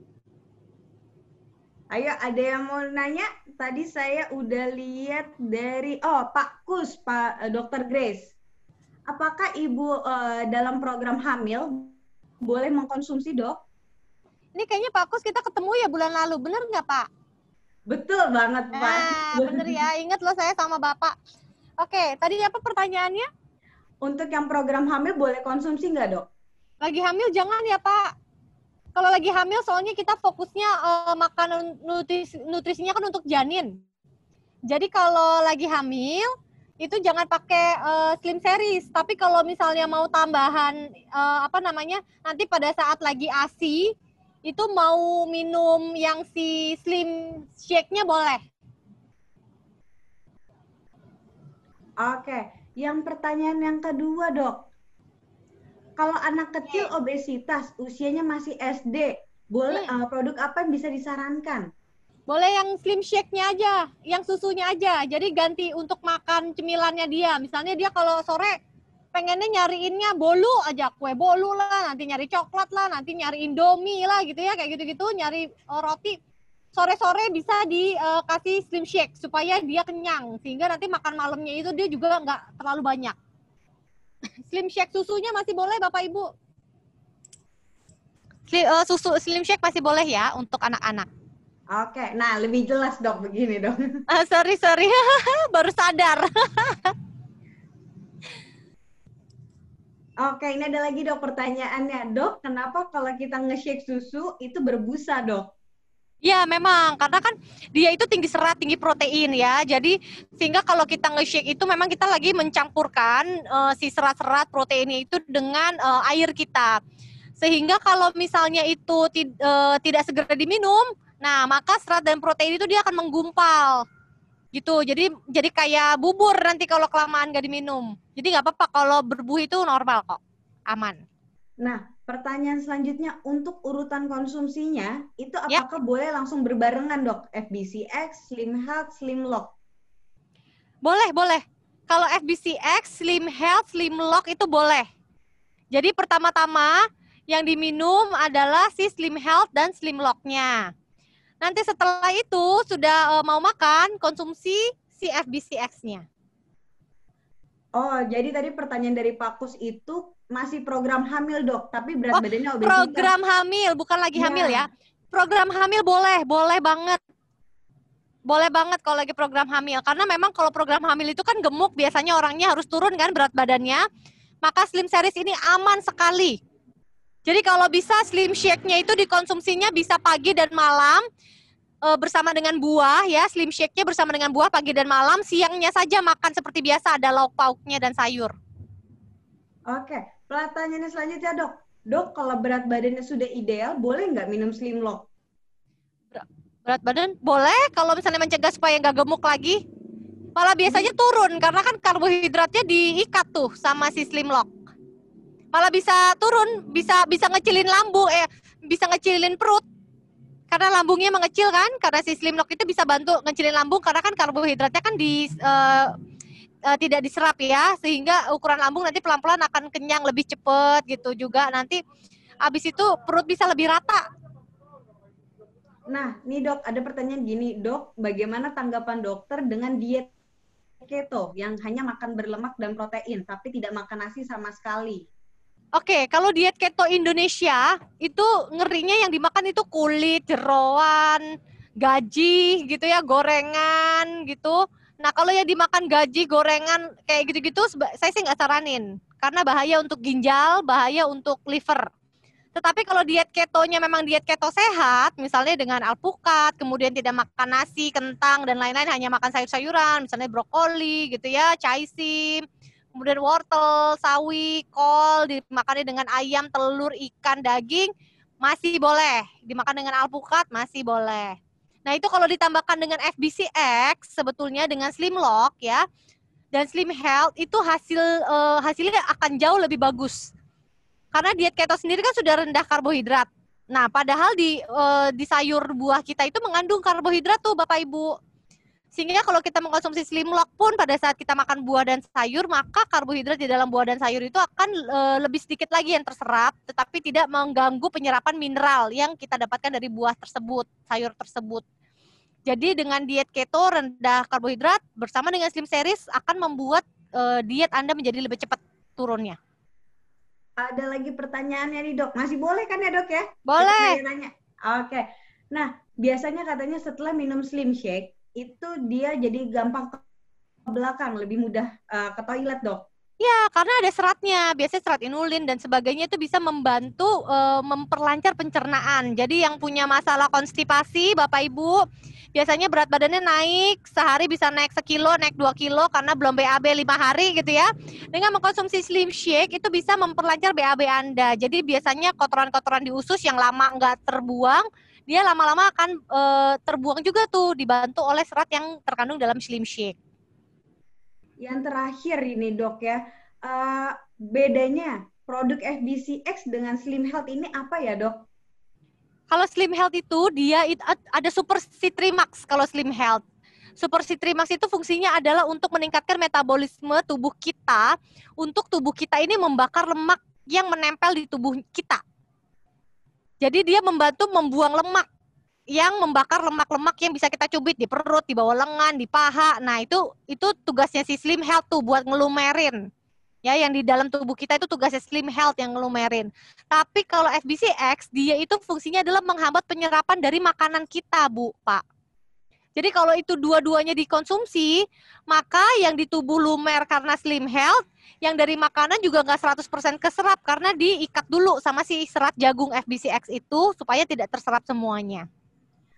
Ayo, ada yang mau nanya? Tadi saya udah lihat dari, oh Pak Kus, Pak uh, dokter Grace. Apakah Ibu uh, dalam program hamil boleh mengkonsumsi dok? Ini kayaknya Pak Kus kita ketemu ya bulan lalu, bener nggak Pak? Betul banget Pak. Nah, bener ya, ingat loh saya sama Bapak. Oke, tadi apa pertanyaannya? Untuk yang program hamil boleh konsumsi nggak dok? Lagi hamil jangan ya Pak. Kalau lagi hamil soalnya kita fokusnya uh, makanan nutris, nutrisinya kan untuk janin. Jadi kalau lagi hamil, itu jangan pakai uh, Slim Series. Tapi kalau misalnya mau tambahan, uh, apa namanya, nanti pada saat lagi A S I, itu mau minum yang si Slim Shake-nya boleh. Oke, yang pertanyaan yang kedua dok. Kalau anak kecil obesitas, usianya masih S D, boleh hmm. uh, produk apa yang bisa disarankan? Boleh yang Slim Shake-nya aja, yang susunya aja. Jadi ganti untuk makan cemilannya dia. Misalnya dia kalau sore pengennya nyariinnya bolu aja, kue bolu lah, nanti nyari coklat lah, nanti nyari Indomie lah gitu ya, kayak gitu-gitu, nyari uh, roti. Sore-sore bisa dikasih uh, Slim Shake supaya dia kenyang, sehingga nanti makan malamnya itu dia juga nggak terlalu banyak. Slim Shake susunya masih boleh Bapak Ibu. Slim, uh, susu Slim Shake masih boleh ya untuk anak-anak. Oke, nah lebih jelas dok begini dok. Uh, sorry sorry, baru sadar. Oke, ini ada lagi dok pertanyaannya. Dok, kenapa kalau kita nge-shake susu itu berbusa dok? Ya memang, karena kan dia itu tinggi serat, tinggi protein ya. Jadi sehingga kalau kita nge-shake itu memang kita lagi mencampurkan uh, si serat-serat proteinnya itu dengan uh, air kita. Sehingga kalau misalnya itu tid- uh, tidak segera diminum, nah maka serat dan protein itu dia akan menggumpal. Gitu. Jadi jadi kayak bubur nanti kalau kelamaan gak diminum. Jadi nggak apa-apa kalau berbuih itu normal kok. Aman. Nah, pertanyaan selanjutnya untuk urutan konsumsinya, itu Ya. apakah boleh langsung berbarengan, Dok? F B C X, Slim Health, Slim Lock? Boleh, boleh. Kalau F B C X, Slim Health, Slim Lock itu boleh. Jadi pertama-tama yang diminum adalah si Slim Health dan Slim Lock-nya. Nanti setelah itu sudah uh, mau makan, konsumsi si F B C X-nya. Oh, jadi tadi pertanyaan dari Pak Kus itu masih program hamil, Dok, tapi berat oh, badannya obesitas. Program hamil, bukan lagi ya. hamil ya. Program hamil boleh, boleh banget. Boleh banget kalau lagi program hamil. Karena memang kalau program hamil itu kan gemuk, biasanya orangnya harus turun kan berat badannya. Maka Slim Series ini aman sekali. Jadi kalau bisa Slim Shake-nya itu dikonsumsinya bisa pagi dan malam e, bersama dengan buah ya. Slim Shake-nya bersama dengan buah pagi dan malam. Siangnya saja makan seperti biasa, ada lauk pauknya dan sayur. Oke, pertanyaannya selanjutnya, Dok. Dok, kalau berat badannya sudah ideal, boleh nggak minum Slim Lock? Berat badan boleh kalau misalnya mencegah supaya nggak gemuk lagi. Malah biasanya turun karena kan karbohidratnya diikat tuh sama si Slim Lock. Malah bisa turun, bisa bisa ngecilin lambung, eh bisa ngecilin perut. Karena lambungnya mengecil kan, karena si Slim Lock itu bisa bantu ngecilin lambung karena kan karbohidratnya kan di uh, uh, tidak diserap ya, sehingga ukuran lambung nanti pelan-pelan akan kenyang lebih cepat gitu juga. Nanti habis itu perut bisa lebih rata. Nah, nih Dok, ada pertanyaan gini, Dok, bagaimana tanggapan dokter dengan diet keto yang hanya makan berlemak dan protein, tapi tidak makan nasi sama sekali? Oke, kalau diet keto Indonesia, itu ngerinya yang dimakan itu kulit, jeroan, gaji gitu ya, gorengan gitu. Nah, kalau yang dimakan gaji, gorengan, kayak gitu-gitu, saya sih nggak saranin. Karena bahaya untuk ginjal, bahaya untuk liver. Tetapi kalau diet ketonya memang diet keto sehat, misalnya dengan alpukat, kemudian tidak makan nasi, kentang, dan lain-lain, hanya makan sayur-sayuran, misalnya brokoli gitu ya, caisim, kemudian wortel, sawi, kol, dimakannya dengan ayam, telur, ikan, daging, masih boleh. Dimakan dengan alpukat, masih boleh. Nah itu kalau ditambahkan dengan F B C X, sebetulnya dengan Slim Lock ya, dan Slim Health, itu hasil uh, hasilnya akan jauh lebih bagus. Karena diet keto sendiri kan sudah rendah karbohidrat. Nah, padahal di uh, di sayur buah kita itu mengandung karbohidrat tuh Bapak Ibu. Sehingga kalau kita mengkonsumsi Slim Lock pun pada saat kita makan buah dan sayur, maka karbohidrat di dalam buah dan sayur itu akan uh, lebih sedikit lagi yang terserap, tetapi tidak mengganggu penyerapan mineral yang kita dapatkan dari buah tersebut, sayur tersebut. Jadi dengan diet keto rendah karbohidrat bersama dengan Slim Series akan membuat uh, diet Anda menjadi lebih cepat turunnya. Ada lagi pertanyaannya nih Dok. Masih boleh kan ya Dok ya? Boleh. Oke. Nah, biasanya katanya setelah minum Slim Shake, itu dia jadi gampang ke belakang, lebih mudah uh, ke toilet Dok. Ya, karena ada seratnya. Biasanya serat inulin dan sebagainya itu bisa membantu uh, memperlancar pencernaan. Jadi yang punya masalah konstipasi, Bapak Ibu, biasanya berat badannya naik, sehari bisa naik sekilo, naik dua kilo karena belum B A B lima hari gitu ya. Dengan mengkonsumsi Slim Shake itu bisa memperlancar B A B Anda. Jadi biasanya kotoran-kotoran di usus yang lama nggak terbuang, dia lama-lama akan e, terbuang juga tuh, dibantu oleh serat yang terkandung dalam Slim Shake. Yang terakhir ini Dok ya, uh, bedanya produk F B C X dengan Slim Health ini apa ya Dok? Kalau Slim Health itu dia it, ada Super Citrimax kalau Slim Health. Super Citrimax itu fungsinya adalah untuk meningkatkan metabolisme tubuh kita, untuk tubuh kita ini membakar lemak yang menempel di tubuh kita. Jadi dia membantu membuang lemak yang membakar lemak-lemak yang bisa kita cubit di perut, di bawah lengan, di paha. Nah, itu itu tugasnya si Slim Health tuh buat ngelumerin. Ya, yang di dalam tubuh kita itu tugasnya Slim Health yang ngelumerin. Tapi kalau F B C X, dia itu fungsinya adalah menghambat penyerapan dari makanan kita, Bu, Pak. Jadi kalau itu dua-duanya dikonsumsi, maka yang di tubuh lumer karena Slim Health, yang dari makanan juga nggak seratus persen keserap karena diikat dulu sama si serat jagung F B C X itu supaya tidak terserap semuanya.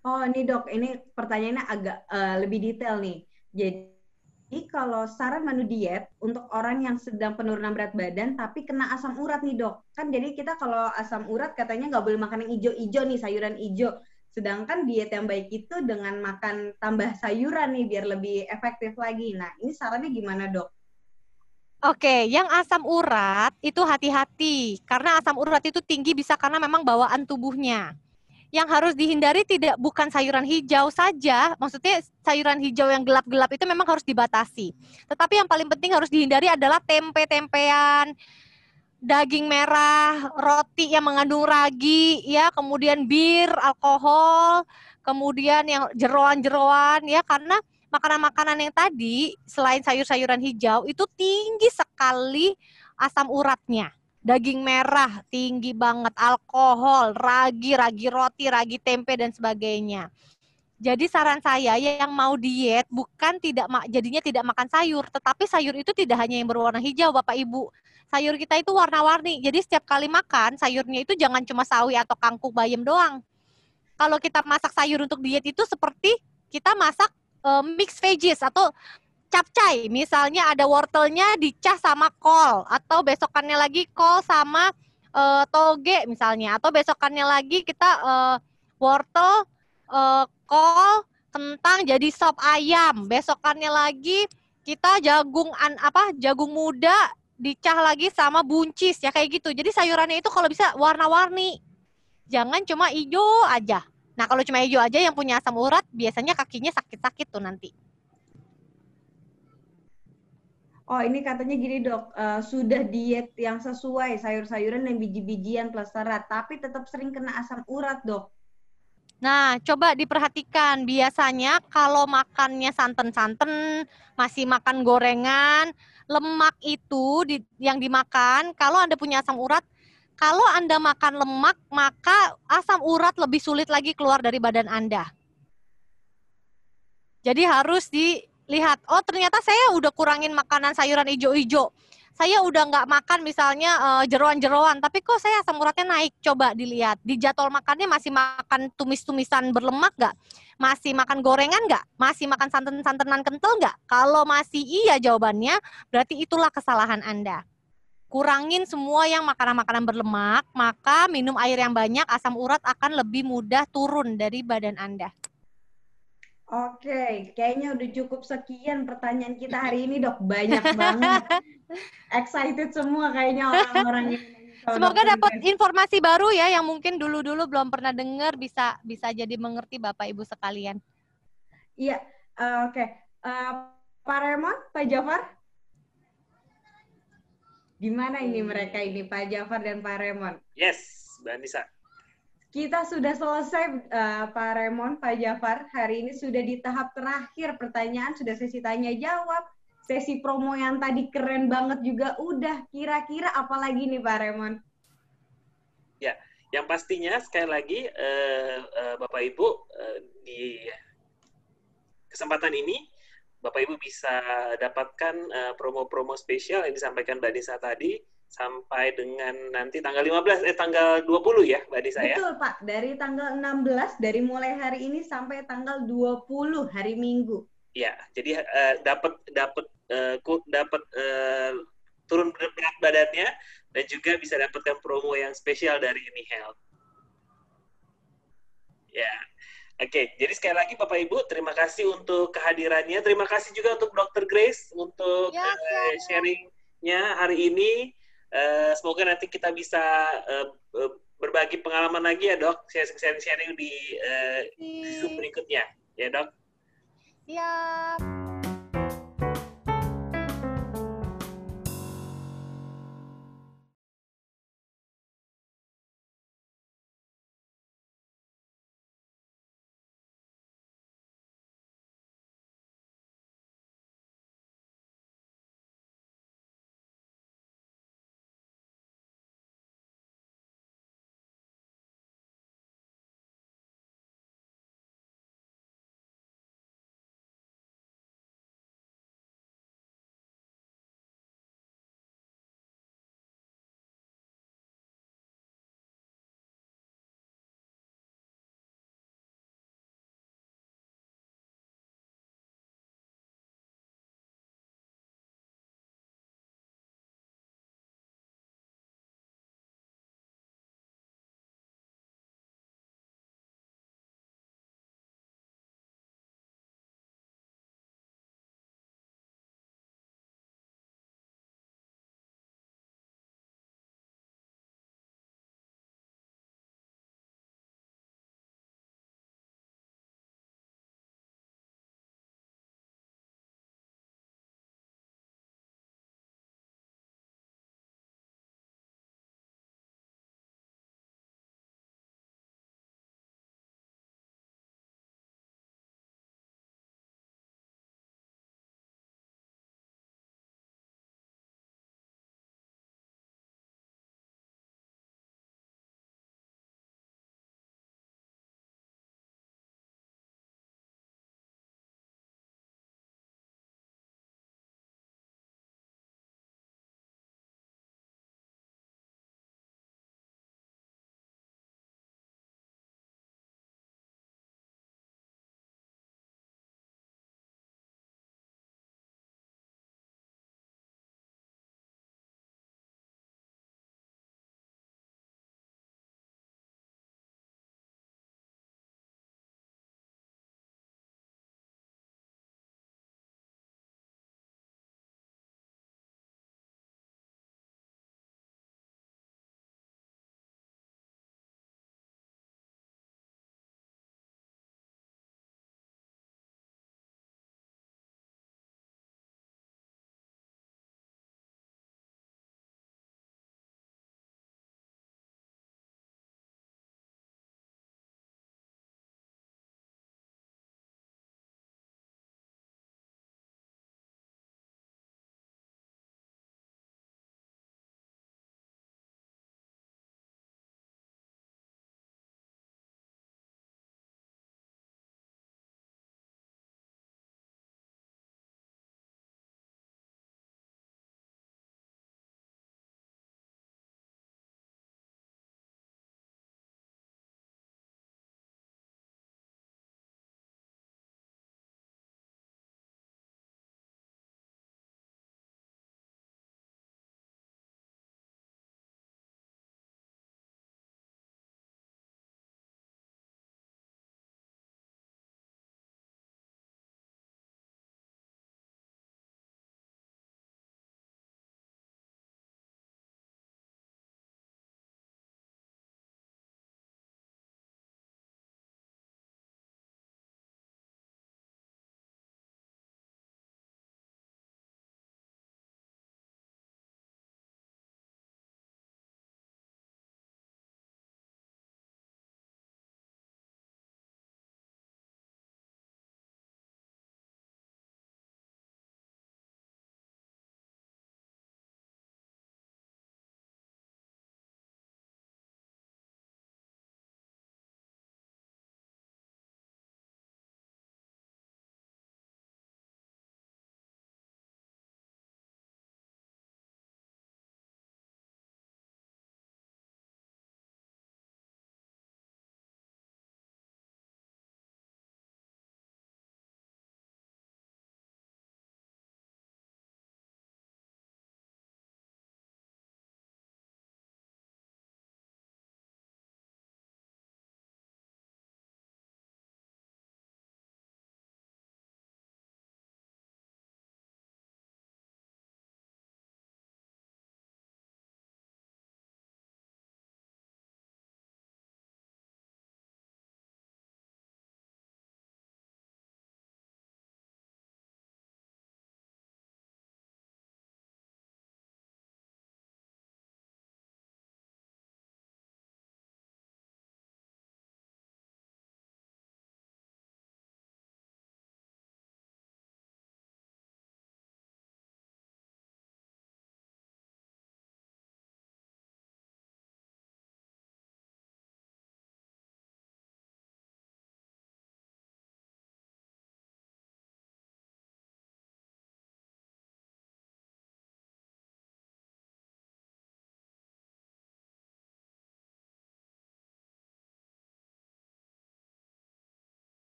Oh, nih dok, ini pertanyaannya agak uh, lebih detail nih. Jadi kalau saran menu diet untuk orang yang sedang penurunan berat badan tapi kena asam urat nih dok. Kan jadi kita kalau asam urat katanya nggak boleh makan yang hijau-hijau nih, sayuran hijau. Sedangkan diet yang baik itu dengan makan tambah sayuran nih biar lebih efektif lagi. Nah, ini sarannya gimana dok? Oke, yang asam urat itu hati-hati. Karena asam urat itu tinggi bisa karena memang bawaan tubuhnya. Yang harus dihindari tidak bukan sayuran hijau saja, maksudnya sayuran hijau yang gelap-gelap itu memang harus dibatasi. Tetapi yang paling penting harus dihindari adalah tempe-tempean, daging merah, roti yang mengandung ragi, ya, kemudian bir, alkohol, kemudian yang jeroan-jeroan, ya, karena makanan-makanan yang tadi selain sayur-sayuran hijau itu tinggi sekali asam uratnya. Daging merah tinggi banget, alkohol, ragi, ragi roti, ragi tempe dan sebagainya. Jadi saran saya yang mau diet bukan tidak jadinya tidak makan sayur, tetapi sayur itu tidak hanya yang berwarna hijau, Bapak Ibu. Sayur kita itu warna-warni. Jadi setiap kali makan sayurnya itu jangan cuma sawi atau kangkung bayam doang. Kalau kita masak sayur untuk diet itu seperti kita masak uh, mix veggies atau capcay, misalnya ada wortelnya dicah sama kol, atau besokannya lagi kol sama uh, toge misalnya, atau besokannya lagi kita uh, wortel, uh, kol, kentang jadi sop ayam, besokannya lagi kita jagung an apa jagung muda dicah lagi sama buncis ya kayak gitu. Jadi sayurannya itu kalau bisa warna-warni, jangan cuma hijau aja. Nah kalau cuma hijau aja yang punya asam urat biasanya kakinya sakit-sakit tuh nanti. Oh, ini katanya gini dok, uh, sudah diet yang sesuai sayur-sayuran dan biji-bijian plus serat, tapi tetap sering kena asam urat dok. Nah, coba diperhatikan. Biasanya kalau makannya santan-santan, masih makan gorengan, lemak itu di, yang dimakan, kalau Anda punya asam urat, kalau Anda makan lemak, maka asam urat lebih sulit lagi keluar dari badan Anda. Jadi harus dilihat, oh ternyata saya udah kurangin makanan sayuran hijau-hijau. Saya udah nggak makan misalnya uh, jeroan-jeroan, tapi kok saya asam uratnya naik. Coba dilihat, di jadwal makannya masih makan tumis-tumisan berlemak nggak? Masih makan gorengan nggak? Masih makan santan-santanan kental nggak? Kalau masih iya jawabannya, berarti itulah kesalahan Anda. Kurangin semua yang makanan-makanan berlemak, maka minum air yang banyak, asam urat akan lebih mudah turun dari badan Anda. Oke, kayaknya udah cukup sekian pertanyaan kita hari ini dok. Banyak banget. Excited semua kayaknya orang-orang yang semoga dapat informasi baru ya yang mungkin dulu-dulu belum pernah dengar, bisa bisa jadi mengerti Bapak Ibu sekalian. Iya, uh, oke. Okay. Uh, Pak Raymond, Pak Jafar? Gimana ini mereka ini, Pak Jafar dan Pak Raymond? Yes, Mbak Anissa. Kita sudah selesai, uh, Pak Raymond, Pak Jafar. Hari ini sudah di tahap terakhir pertanyaan, sudah sesi tanya jawab. Sesi promo yang tadi keren banget juga udah. Kira-kira apa lagi nih Pak Raymond? Ya, yang pastinya sekali lagi uh, uh, Bapak Ibu uh, di kesempatan ini Bapak Ibu bisa dapatkan uh, promo-promo spesial yang disampaikan Mbak Nisa tadi sampai dengan nanti tanggal lima belas eh tanggal dua puluh ya Mbak Nisa ya. Betul Pak, dari tanggal enam belas dari mulai hari ini sampai tanggal dua puluh hari Minggu. Ya, jadi uh, dapat dapat uh, dapat uh, turun berat badannya dan juga bisa dapatkan promo yang spesial dari UniHealth. Ya. Oke, jadi sekali lagi Bapak Ibu, terima kasih untuk kehadirannya. Terima kasih juga untuk Dokter Grace untuk ya, uh, sharing-nya hari ini. Uh, semoga nanti kita bisa uh, berbagi pengalaman lagi ya dok, sharing-sharing di, uh, di Zoom berikutnya, ya dok. Siap.